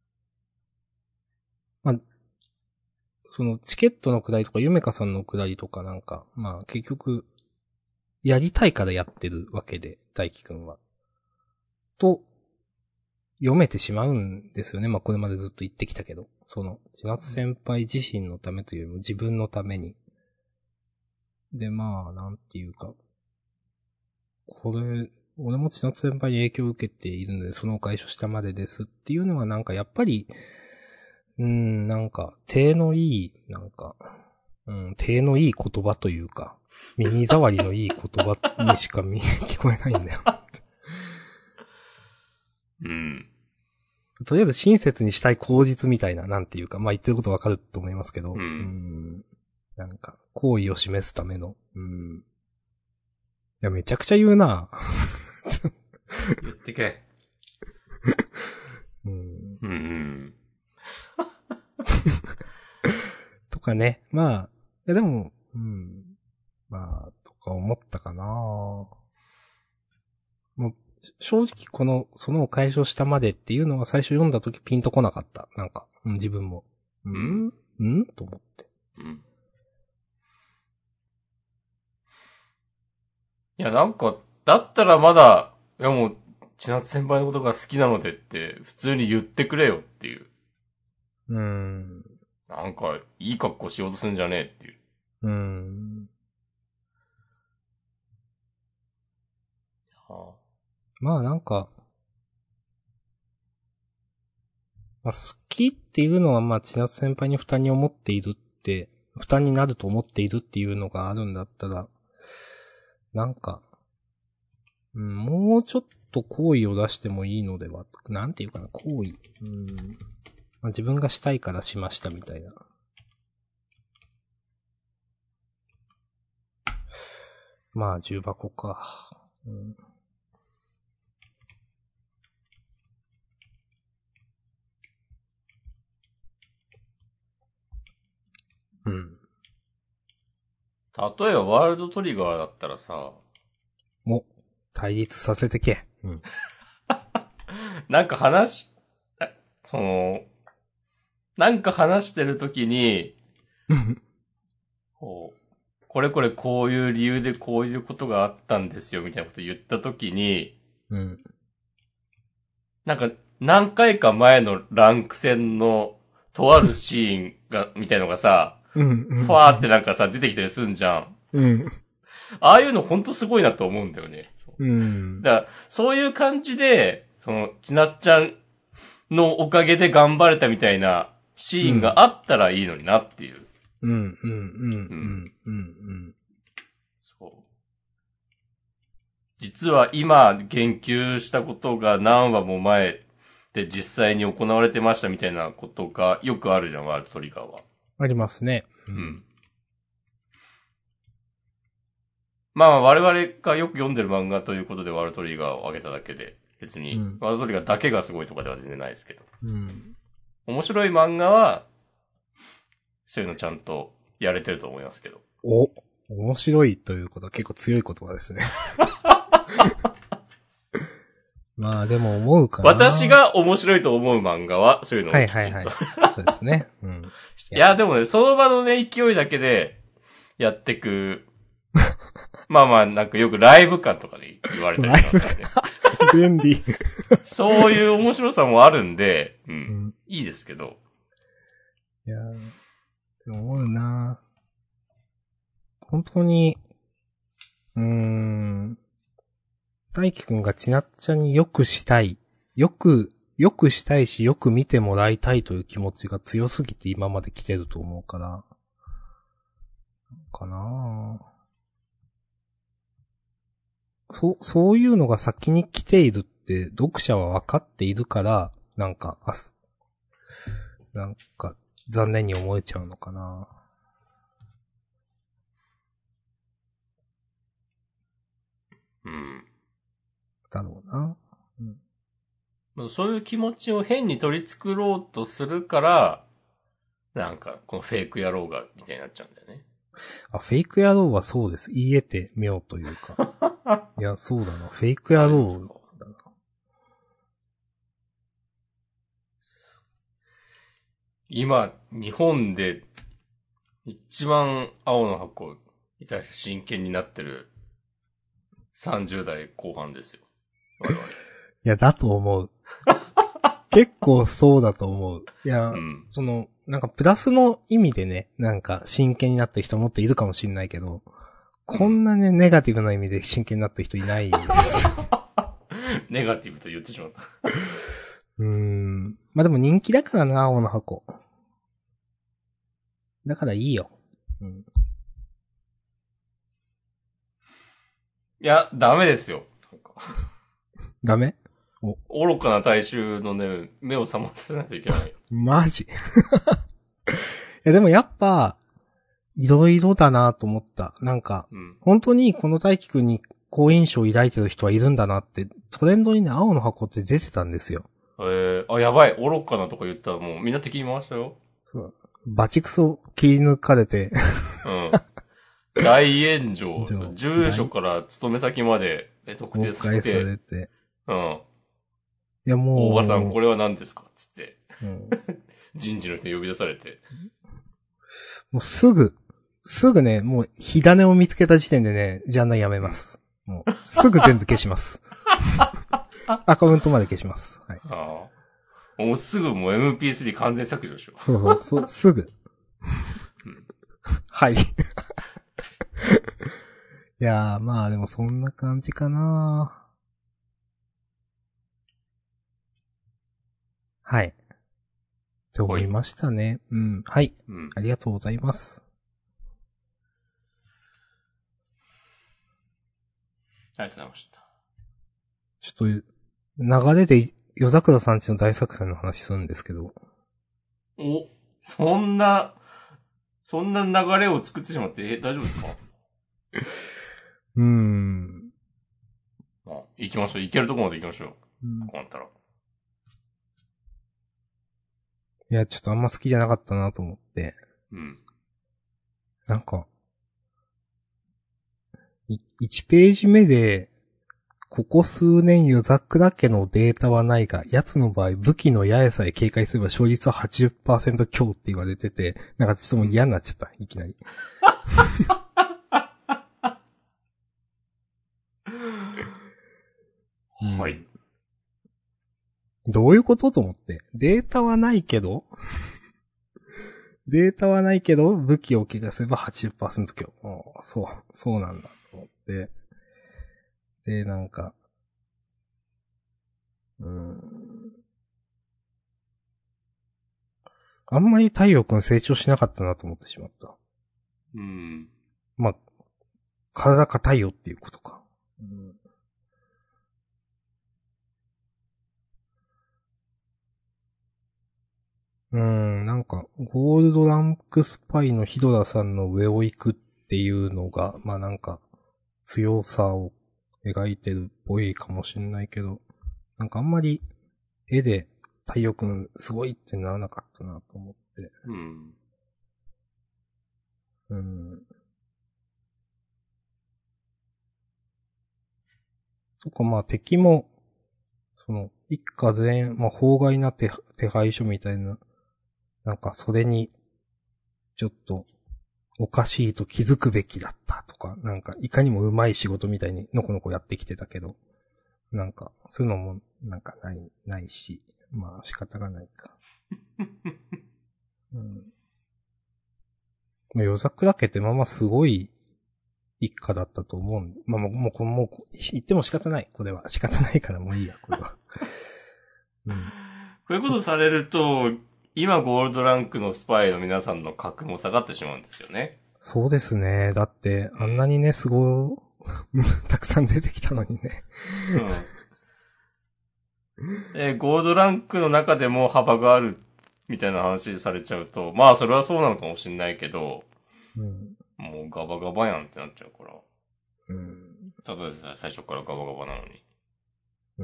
まあ、そのチケットのくだりとか、ゆめかさんのくだりとかなんか、まあ結局、やりたいからやってるわけで、大輝くんは。と、読めてしまうんですよね。まあこれまでずっと言ってきたけど。その、千夏先輩自身のためというよりも自分のために。で、まあ、なんていうか。これ、俺も千夏先輩に影響を受けているので、そのお返しをしたまでですっていうのはなんかやっぱり、うーん、なんか、手のいい、なんか、うん、手のいい言葉というか、耳障りのいい言葉にしか見、聞こえないんだよ。 うん。 とりあえず親切にしたい口実みたいな、なんていうか、まあ言ってることわかると思いますけど、 うん。 うんなんか、好意を示すための、うん。いや、めちゃくちゃ言うな言ってけ。 うん。 うん。 とかね、まあ、いやでも、うん。まあ、とか思ったかなもう、正直この、そのお返しをしたまでっていうのは最初読んだ時ピンとこなかった。なんか、うん、自分も。うん、うん、と思って。 うん。いや、なんか、だったらまだ、いやもう、千夏先輩のことが好きなのでって、普通に言ってくれよっていう。 うーん。 なんか、いい格好しようとするんじゃねえっていう。 うーん。 はあ、 まあなんか、まあ、好きっていうのはまあ千夏先輩に負担に思っているって、負担になると思っているっていうのがあるんだったら、なんか、 うん、もうちょっと好意を出してもいいのでは、なんていうかな、好意。うん。まあ、自分がしたいからしましたみたいな。まあ、重箱か。うん。うん。 例えばワールドトリガーだったらさ、 も、対立させてけ。うん。 なんか話、あその、なんか話してるときに、こう、これこれこういう理由でこういうことがあったんですよみたいなこと言ったときに、 うん。 なんか何回か前のランク戦のとあるシーンが、みたいのがさ、 うん。うん。 ファーってなんかさ、出てきたりすんじゃん。 うん。 ああいうのほんとすごいなと思うんだよね。 うん。 だから、そういう感じで、その、ちなっちゃんのおかげで頑張れたみたいなシーンがあったらいいのになっていう。 うん。うん。うん。うん。うん。 そう。実は今言及したことが何話も前で実際に行われてましたみたいなことがよくあるじゃん、ワールドトリガーは。 ありますね。 うん。まあ我々がよく読んでる漫画ということでワールドトリガーを挙げただけで、別に、 うん、 ワールドトリガーだけがすごいとかでは全然ないですけど。 うん。 面白い漫画は、そういうのちゃんとやれてると思いますけど。 お、面白いということは結構強い言葉ですね。まあでも思うかな。 私が面白いと思う漫画は、そういうのをきちんと。 はいはいはい。そうですね。うん。 いや、でもね、その場のね、勢いだけで、やってく。まあまあ、なんかよくライブ感とかで言われたりしますからね。 便利。 そういう面白さもあるんで、うん。うん、いいですけど。 いやー、思うな本当に、うーん。大輝くんがちなっちゃんによくしたい。よく、よくしたいし、よく見てもらいたいという気持ちが強すぎて今まで来てると思うから。かなぁ。そう、そういうのが先に来ているって読者は分かっているから、なんか、あす、なんか、残念に思えちゃうのかなうん。 だろうな。 うん、そういう気持ちを変に取り繕ろうとするから、なんか、このフェイク野郎が、みたいになっちゃうんだよね。 あ、フェイク野郎はそうです。言えて妙というか。いや、そうだな。フェイク野郎だな。 今、日本で一番青の箱に対して真剣になってるさんじゅう代後半ですよ。我々。いや、だと思う。結構そうだと思う。いや、 うん、 その、なんかプラスの意味でね、なんか真剣になった人もっといるかもしんないけど、こんなね、ネガティブな意味で真剣になった人いないです。 ネガティブと言ってしまった。 うーん。まあ、でも人気だからな、青の箱。だからいいよ。うん。 いや、ダメですよ。 ダメ愚かな大衆のね、目を覚まさせないといけないよ。 マジいや、でもやっぱ、いろいろだなと思った。なんか、うん、本当にこの大輝くんに好印象を抱いてる人はいるんだなって、トレンドにね、青の箱って出てたんですよ。 えー、あ、やばい、愚かなとか言ったらもうみんな敵に回したよ。 そう。バチクソ切り抜かれて。 うん。大炎上。住所から勤め先まで特定されて。されてうん。いやもう。 大場さん、これは何ですかつって。うん、人事の人呼び出されて。 もうすぐ、すぐね、もう火種を見つけた時点でね、ジャンナやめます。うん、もう、すぐ全部消します。アカウントまで消します。はい。 ああ。もうすぐもう エムピースリー 完全削除しよう。 そうそう、そう、すぐ。うん、はい。いやー、まあでもそんな感じかなはい。って思いましたね。うん。はい、うん。ありがとうございます。 ありがとうございました。 ちょっと、流れで、夜桜さんちの大作戦の話するんですけど。 お、そんな、そんな流れを作ってしまって、え、大丈夫ですか？ うーん。 あ、行きましょう。行けるとこまで行きましょう。 うん、 こうなったら。 いや、ちょっとあんま好きじゃなかったなと思って。 うん。 なんか、い、いちページ目で、ここ数年夜桜家のデータはないが、奴の場合武器の八重さえ警戒すれば勝率は はちじゅっパーセント 強って言われてて、なんかちょっともう嫌になっちゃった、いきなり。 はい。 どういうことと思って。データはないけどデータはないけど、武器を怪我すれば はちじゅっパーセント 強。ああ、そう、そうなんだと思って。で、なんか、うーん。あんまり太陽くん成長しなかったなと思ってしまった。 うん。 まあ、体硬いよっていうことか。うんうーん、なんか、ゴールドランクスパイのヒドラさんの上を行くっていうのが、まあなんか、強さを描いてるっぽいかもしんないけど、なんかあんまり絵で太陽くんすごいってならなかったなと思って。 うん。 うん。とかまあ敵も、その、一家全員、まあ法外な手手配書みたいな、なんかそれに、ちょっと、おかしいと気づくべきだったとか、なんか、いかにも上手い仕事みたいにのこのこやってきてたけど、なんか、そういうのも、なんかない、ないし、まあ仕方がないか。うん。まあ、夜桜家ってまあまあすごい一家だったと思うんまあもう、もう、もう、言っても仕方ない。これは。仕方ないからもういいや、これは。うん。 こういうことされると、今ゴールドランクのスパイの皆さんの格も下がってしまうんですよね。 そうですね。だって、あんなにね、すごい、たくさん出てきたのにね。 うん。で、ゴールドランクの中でも幅があるみたいな話されちゃうと、まあそれはそうなのかもしれないけど、 うん。 もうガバガバやんってなっちゃうから。 うん。 ただでさえ最初からガバガバなのに。 うん。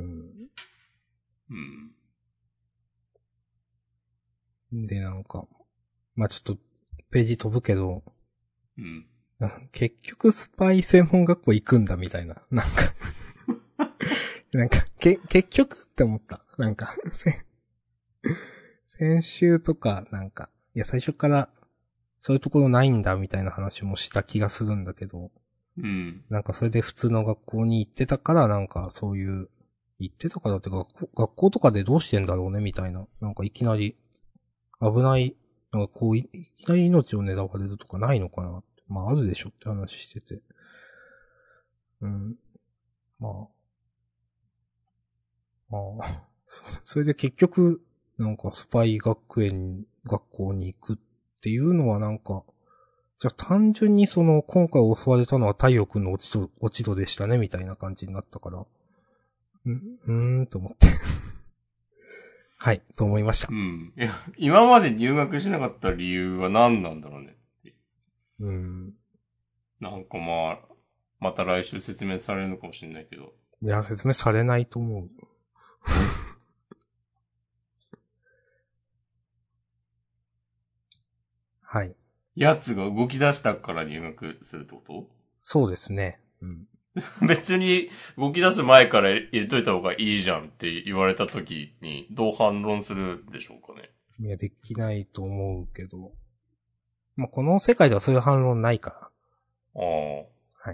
うん。 で、なんか、まあ、ちょっと、ページ飛ぶけど、 うん。 結局スパイ専門学校行くんだみたいな。なんかなんか、け、結局って思った。なんか先週とか、なんか、いや、最初から、そういうところないんだみたいな話もした気がするんだけど、 うん。 なんかそれで普通の学校に行ってたから、なんかそういう、行ってたからって学校、学校とかでどうしてんだろうねみたいな。なんかいきなり、危ない、なんかこうい、いきなり命を狙われるとかないのかなって。まああるでしょって話してて。うん。まあ。まあ。そそれで結局、なんかスパイ学園、学校に行くっていうのはなんか、じゃあ単純にその、今回襲われたのは太陽くんの落ち度、落ち度でしたね、みたいな感じになったから。んうーん、と思って。はい、と思いました。 うん。いや、今まで入学しなかった理由は何なんだろうね。 うん。 なんかまあ、また来週説明されるのかもしれないけど。 いや、説明されないと思う。はい。 奴が動き出したから入学するってこそうですね。うん。 と別に動き出す前から入れといた方がいいじゃんって言われた時にどう反論するでしょうかね。 いや、できないと思うけど。まあ、この世界ではそういう反論ないかああ。 ら。はい。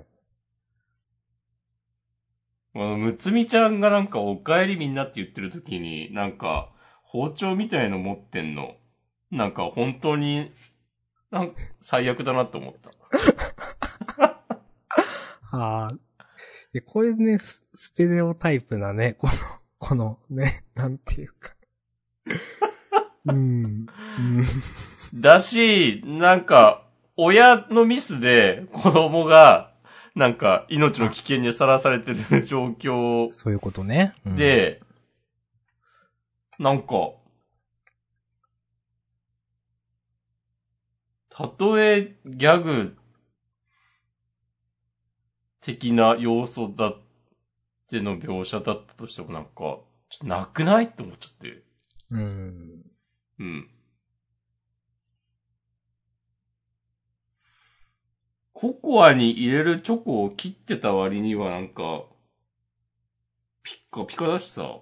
まあ、むつみちゃんがなんかお帰りみんなって言ってる時に、なんか包丁みたいの持ってんの。なんか本当に、なんか最悪だなって思った。 ああ。で、これね、スステレオタイプなね、この、このね、なんていうか。うん。うん。 だし、なんか、親のミスで子供がなんか、命の危険にさらされてる状況そういうことね。うん、 で、なんか、たとえギャグ的な要素だっての描写だったとしてもなんか、ちょっとなくないって思っちゃって。 うん。 うん。ココアに入れるチョコを切ってた割にはなんか、ピッカピカだしさ。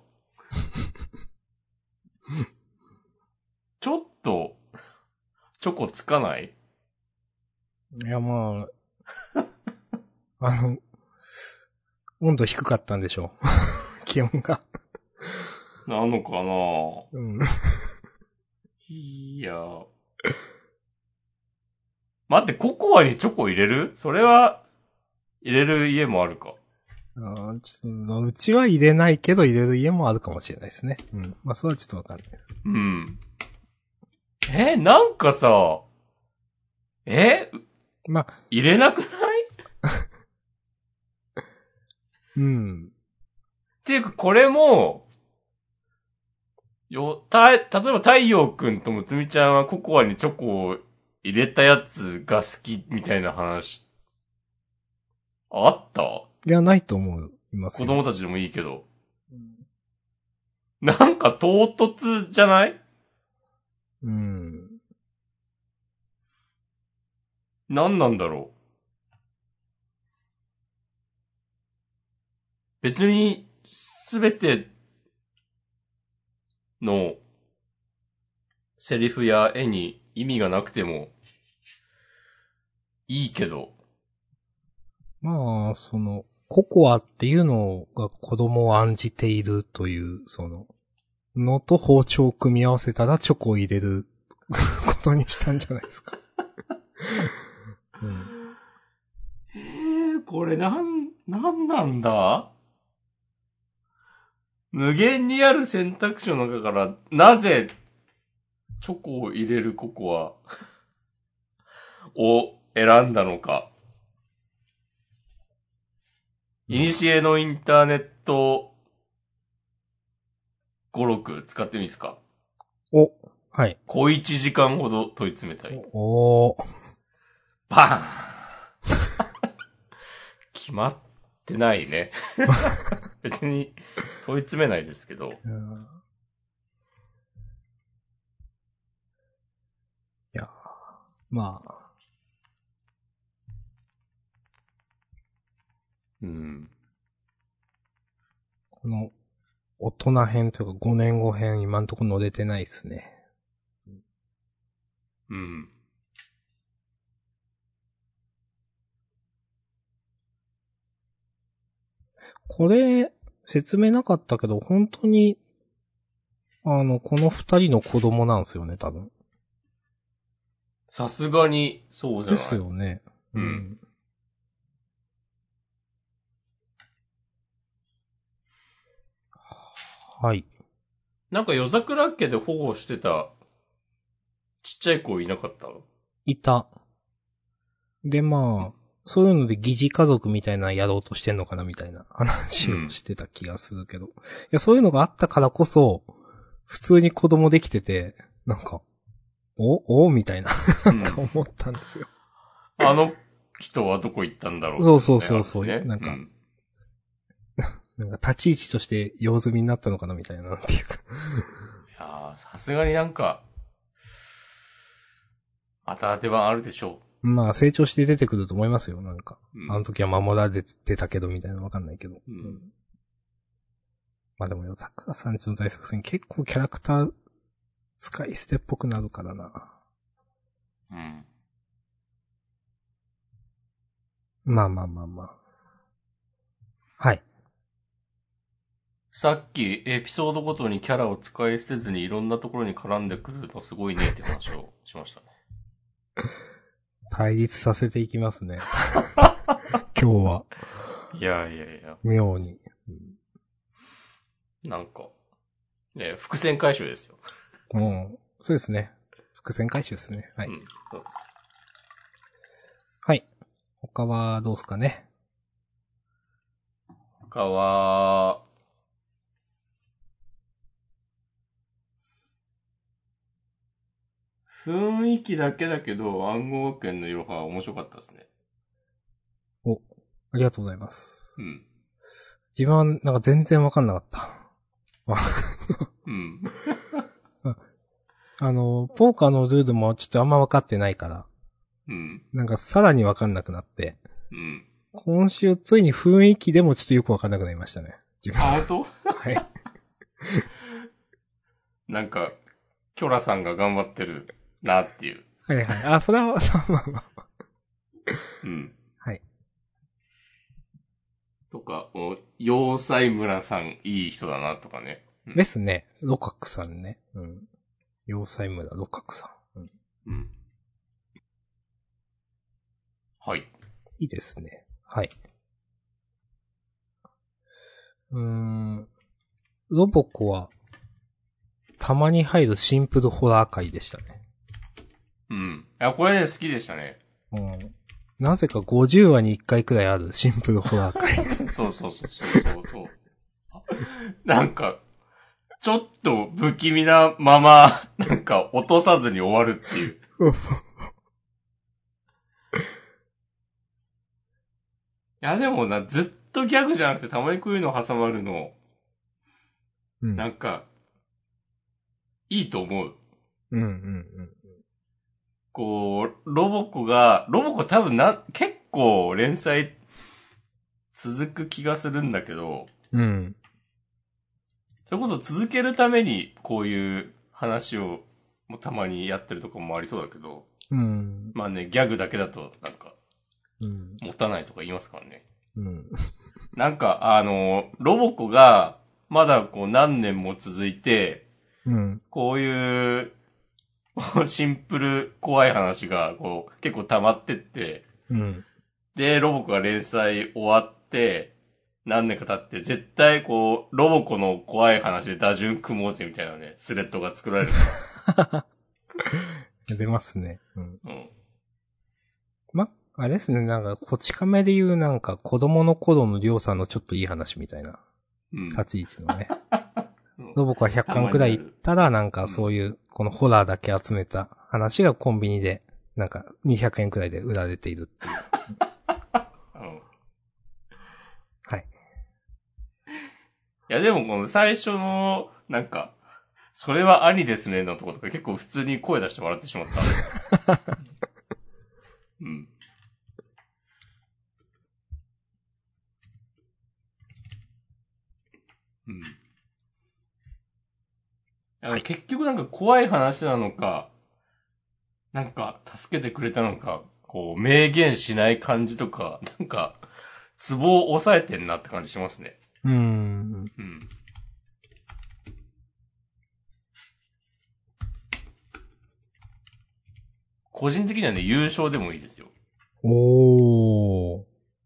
ちょっと、チョコつかない？ いや、まあ、あの、温度低かったんでしょう。気温が。 なのかな？ うん。 いや。待って、ココアにチョコ入れる？それは、入れる家もあるか。 あちょっとうちは入れないけど入れる家もあるかもしれないですね。うん。まあ、それはちょっとわかんないです。 うん。え、なんかさ、えまあ、 入れなくない？ うん。 っていうか、これも、よ、た、例えば太陽くんとむつみちゃんはココアにチョコを入れたやつが好きみたいな話、あった？ いや、ないと思います子よ。 供たちでもいいけど。なんか唐突じゃない？ うん。 何なんだろう。別に、すべてのセリフや絵に意味がなくてもいいけど。 まあ、その、ココアっていうのが子供を案じているという、その、のと包丁を組み合わせたらチョコを入れることにしたんじゃないですか。うん、 えー、これなん、なんなんだ？無限にある選択肢の中から、なぜ、チョコを入れるココアを選んだのか。いにしえのインターネット語録使ってみますか？ お、はい。 小一時間ほど問い詰めたい。 おー。 バーン決まってないね。別に問い詰めないですけど。 うん、いや、まあ。 うん。 この、大人編というかごねんご編今んとこ乗れてないですね。 うん。 これ、説明なかったけど、本当に、あの、この二人の子供なんですよね、多分。 さすがに、そうじゃない。 ですよね。 うん。 はい。 なんか夜桜家で保護してた、ちっちゃい子いなかった？ いた。で、まあ、そういうので疑似家族みたいなのやろうとしてんのかなみたいな話をしてた気がするけど。うん、いや、そういうのがあったからこそ、普通に子供できてて、なんか、おおみたいな、なんか思ったんですよ。 あの人はどこ行ったんだろう、ね、 そうそうそうそう、 ね、 なんか、 うん、 なんか立ち位置として用済みになったのかなみたいな、なんていうか。いやー、さすがになんか、また出番あるでしょう。まあ、成長して出てくると思いますよ、なんか。 うん、 あの時は守られてたけど、みたいなわかんないけど。 うん、 まあでもよ、桜さんちの大作戦結構キャラクター使い捨てっぽくなるからな。 うん。 まあまあまあまあ。はい。 さっきエピソードごとにキャラを使い捨てずにいろんなところに絡んでくるのすごいねって話をしましたね。 対立させていきますね。今日は。 いやいやいや。 妙に。 うん、なんか、ね、伏線回収ですよ。 うん。そうですね。伏線回収ですね。はい。うん、はい。他はどうすかね。 他は、雰囲気だけだけど、暗号学園のいろは面白かったですね。 お、ありがとうございます。 うん。 自分はなんか全然わかんなかった。 うん。 あの、ポーカーのルールもちょっとあんま分かってないから、 うん。 なんかさらに分かんなくなって、 うん。 今週ついに雰囲気でもちょっとよく分かんなくなりましたね。自分あ、本当？ はい。 なんか、キョラさんが頑張ってるなっていう。 はいはい。あ、それは、そうまあまあ。 うん。 はい。 とか、お要塞村さんいい人だなとかね。うん、 ですね。ロカクさんね。うん。要塞村ロカクさん。うん。 うん。はい。 いいですね。はい。うーん。ロボコは、たまに入るシンプルホラー界でしたね。 うん。いや、これね、好きでしたね。 うん。なぜかごじゅうわにいっかいくらいあるシンプルホラー界。 そうそうそうそうそうそう。なんか、ちょっと不気味なまま、なんか落とさずに終わるっていう。 そうそう。 いや、でもな、ずっとギャグじゃなくてたまにこういうの挟まるの、 うん。 なんか、いいと思う。 うんうんうん。 こう、ロボコが、ロボコ多分な、結構連載続く気がするんだけど、 うん。 それこそ続けるためにこういう話をもうたまにやってるとこもありそうだけど、 うん。 まあね、ギャグだけだとなんか、 うん。 持たないとか言いますからね。 うん。 なんか、あの、ロボコが、まだこう何年も続いて、 うん。 こういう、シンプル怖い話が、こう、結構溜まってって、 うん。 で、ロボコが連載終わって、何年か経って、絶対こう、ロボコの怖い話で打順組もうぜみたいなね、スレッドが作られるか出ますね。うん。 ら。うん。 ま、あれですね、なんか、こち亀で言うなんか、子供の頃のりょうさんのちょっといい話みたいな、 うん。 立ち位置のね。 そうロボコはひゃっかんくらい行ったら、なんかそういう、このホラーだけ集めた話がコンビニで、なんかにひゃくえんくらいで売られているっていう。 うん。 はい。 いやでもこの最初の、なんか、それは兄ですねのとことか結構普通に声出して笑ってしまった。うん。うん。はい、結局なんか怖い話なのか、なんか助けてくれたのか、こう明言しない感じとか、なんか、ツボを押さえてんなって感じしますね。 うーん。 うん。個人的にはね、優勝でもいいですよ。 おー。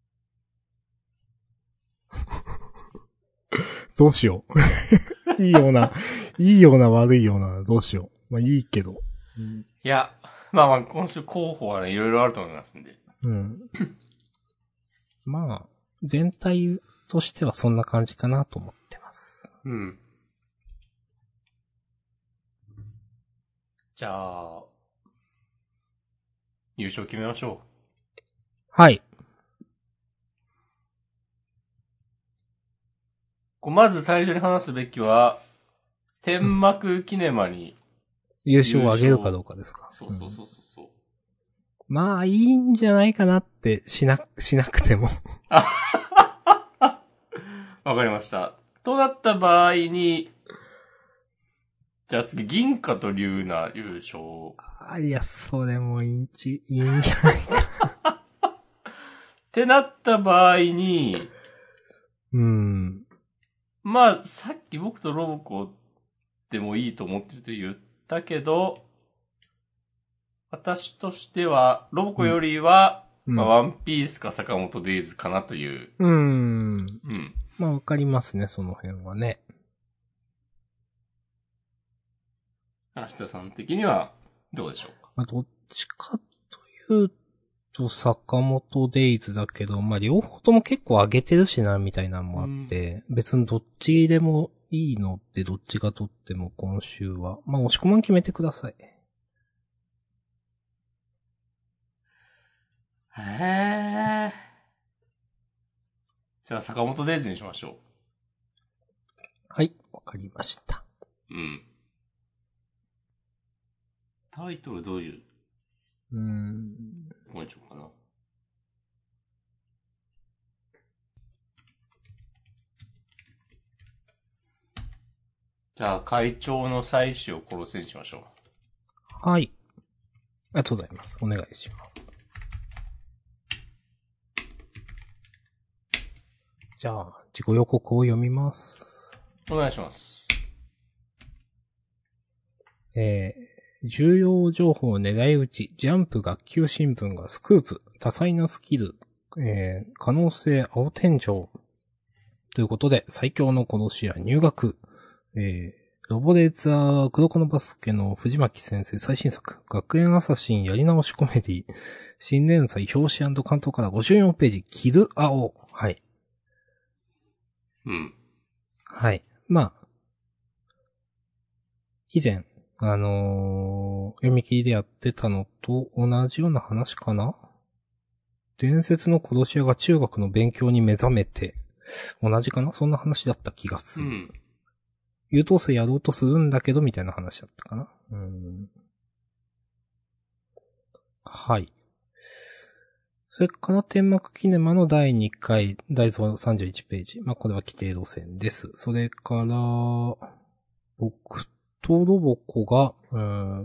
どうしよう。いいような、いいような悪いような、どうしよう。まあいいけど。 うん、いや、まあまあ今週候補はね、いろいろあると思いますんで。 うん。まあ、全体としてはそんな感じかなと思ってます。 うん。じゃあ、優勝決めましょう。 はい。 まず最初に話すべきは、天幕キネマに優勝を上げるかどうかですか。 そうそうそうそう。うん、 まあ、いいんじゃないかなって、しな、しなくても。 わかりました。となった場合に、じゃあ次、銀貨と龍な優勝。 あ、いや、それもいいち、いいんじゃないか。 ってなった場合に、 うん。 まあ、さっき僕とロボコでもいいと思ってると言ったけど、私としては、ロボコよりは、うん、まあ、ワンピースか坂本デイズかなという。 うん。うん。 まあ、わかりますね、その辺はね。 明日さん的には、どうでしょうか。 まあ、どっちかというと坂本デイズだけど、まあ、両方とも結構上げてるしな、みたいなのもあって、うん、別にどっちでもいいのってどっちがとっても今週は。まあ、押し込まん決めてください。 へー。じゃあ坂本デイズにしましょう。 はい、わかりました。 うん。タイトルどういううーん。 どうしようかな。じゃあ会長の妻子を殺せにしましょう。はい。ありがとうございます。お願いします。じゃあ、自己予告を読みます。 お願いします。 えー、重要情報を狙い撃ち、ジャンプ学級新聞がスクープ、多彩なスキル、えー、可能性青天井。ということで、最強の殺し屋入学、えー、ロボレーザー黒子のバスケの藤巻先生最新作、学園アサシンやり直しコメディ、新連載表紙関東からごじゅうよんページ、キルアオ。はい。 うん。 はい。まあ、以前、あのー、読み切りでやってたのと同じような話かな？伝説の殺し屋が中学の勉強に目覚めて、同じかな？そんな話だった気がする。うん。優等生やろうとするんだけど、みたいな話だったかな？うん。はい。それから天幕キネマのだいにかい、だいさんじゅういちページ。まあ、これは規定路線です。それから、僕とロボコが、うん、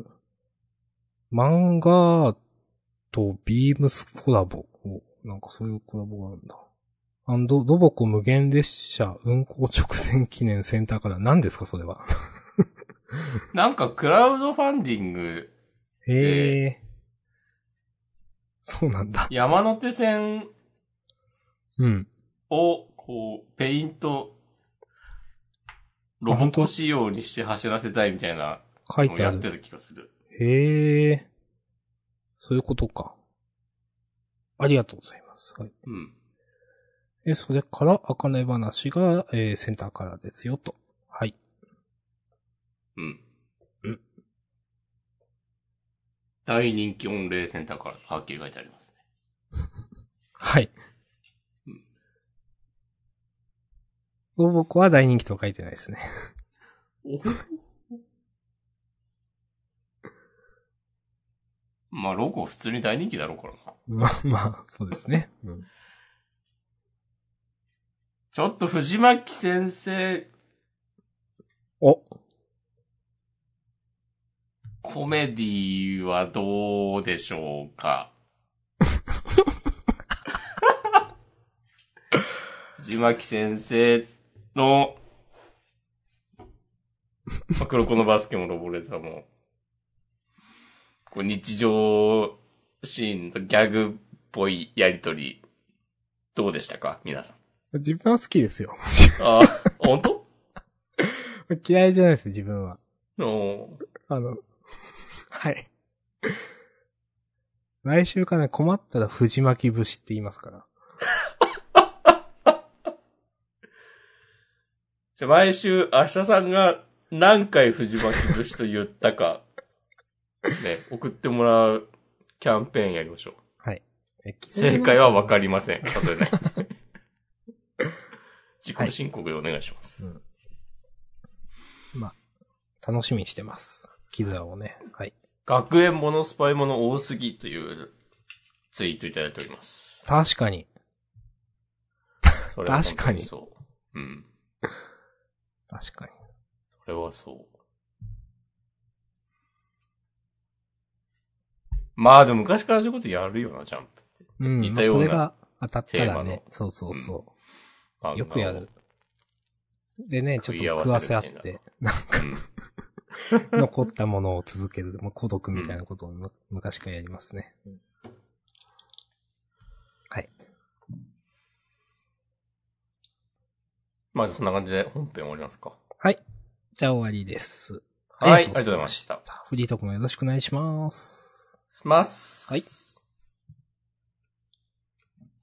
漫画とビームスコラボを、なんかそういうコラボがあるんだ。アンド、ロボコ無限列車運行直前記念センターから何ですかそれは。 なんかクラウドファンディング。 へえ。そうなんだ。 山手線うん。 を、こう、ペイント、ロボコ仕様にして走らせたいみたいなのをやってる気がする。 へえ。そういうことか。ありがとうございます。はい。 うん。 え、それから、あかね話が、えー、センターからですよと。はい。 うん。 うん。 大人気御礼センターからはっきり書いてありますね。 はい。うん。僕は大人気と書いてないですね。 まあ、ロゴ普通に大人気だろうからな。 まあまあ、そうですね。うん。 ちょっと藤巻先生。 お。 コメディはどうでしょうか。藤巻先生の、黒子のバスケもロボレザも、こう日常シーンとギャグっぽいやりとり、どうでしたか皆さん。 自分は好きですよ。 ああ、本当？ 嫌いじゃないです、自分は。 おあの、はい。来週から、ね、困ったら藤巻節って言いますから。 じゃあ毎週、明日さんが何回藤巻節と言ったか、ね、送ってもらうキャンペーンやりましょう。 はい。 正解はわかりません。例えない。自己申告でお願いします。はいうん、まあ、楽しみにしてます。キルアをね。はい。 学園モノスパイモノ多すぎというツイートいただいております。 確かに。確かに。 そう。うん。 確かに。 それはそう。まあでも昔からそういうことやるよな、ジャンプって。 うん。 似たような。 これが当たったらね。そうそうそう。うん、よくやる。でね、ちょっと食わせ合って、なんか、うん、残ったものを続ける、まあ、孤独みたいなことを、うん、昔からやりますね。うん、はい。 まずそんな感じで本編終わりますか。 はい。じゃあ終わりです。 はい、ありがとうございました。 フリートークもよろしくお願いします。 します。 はい。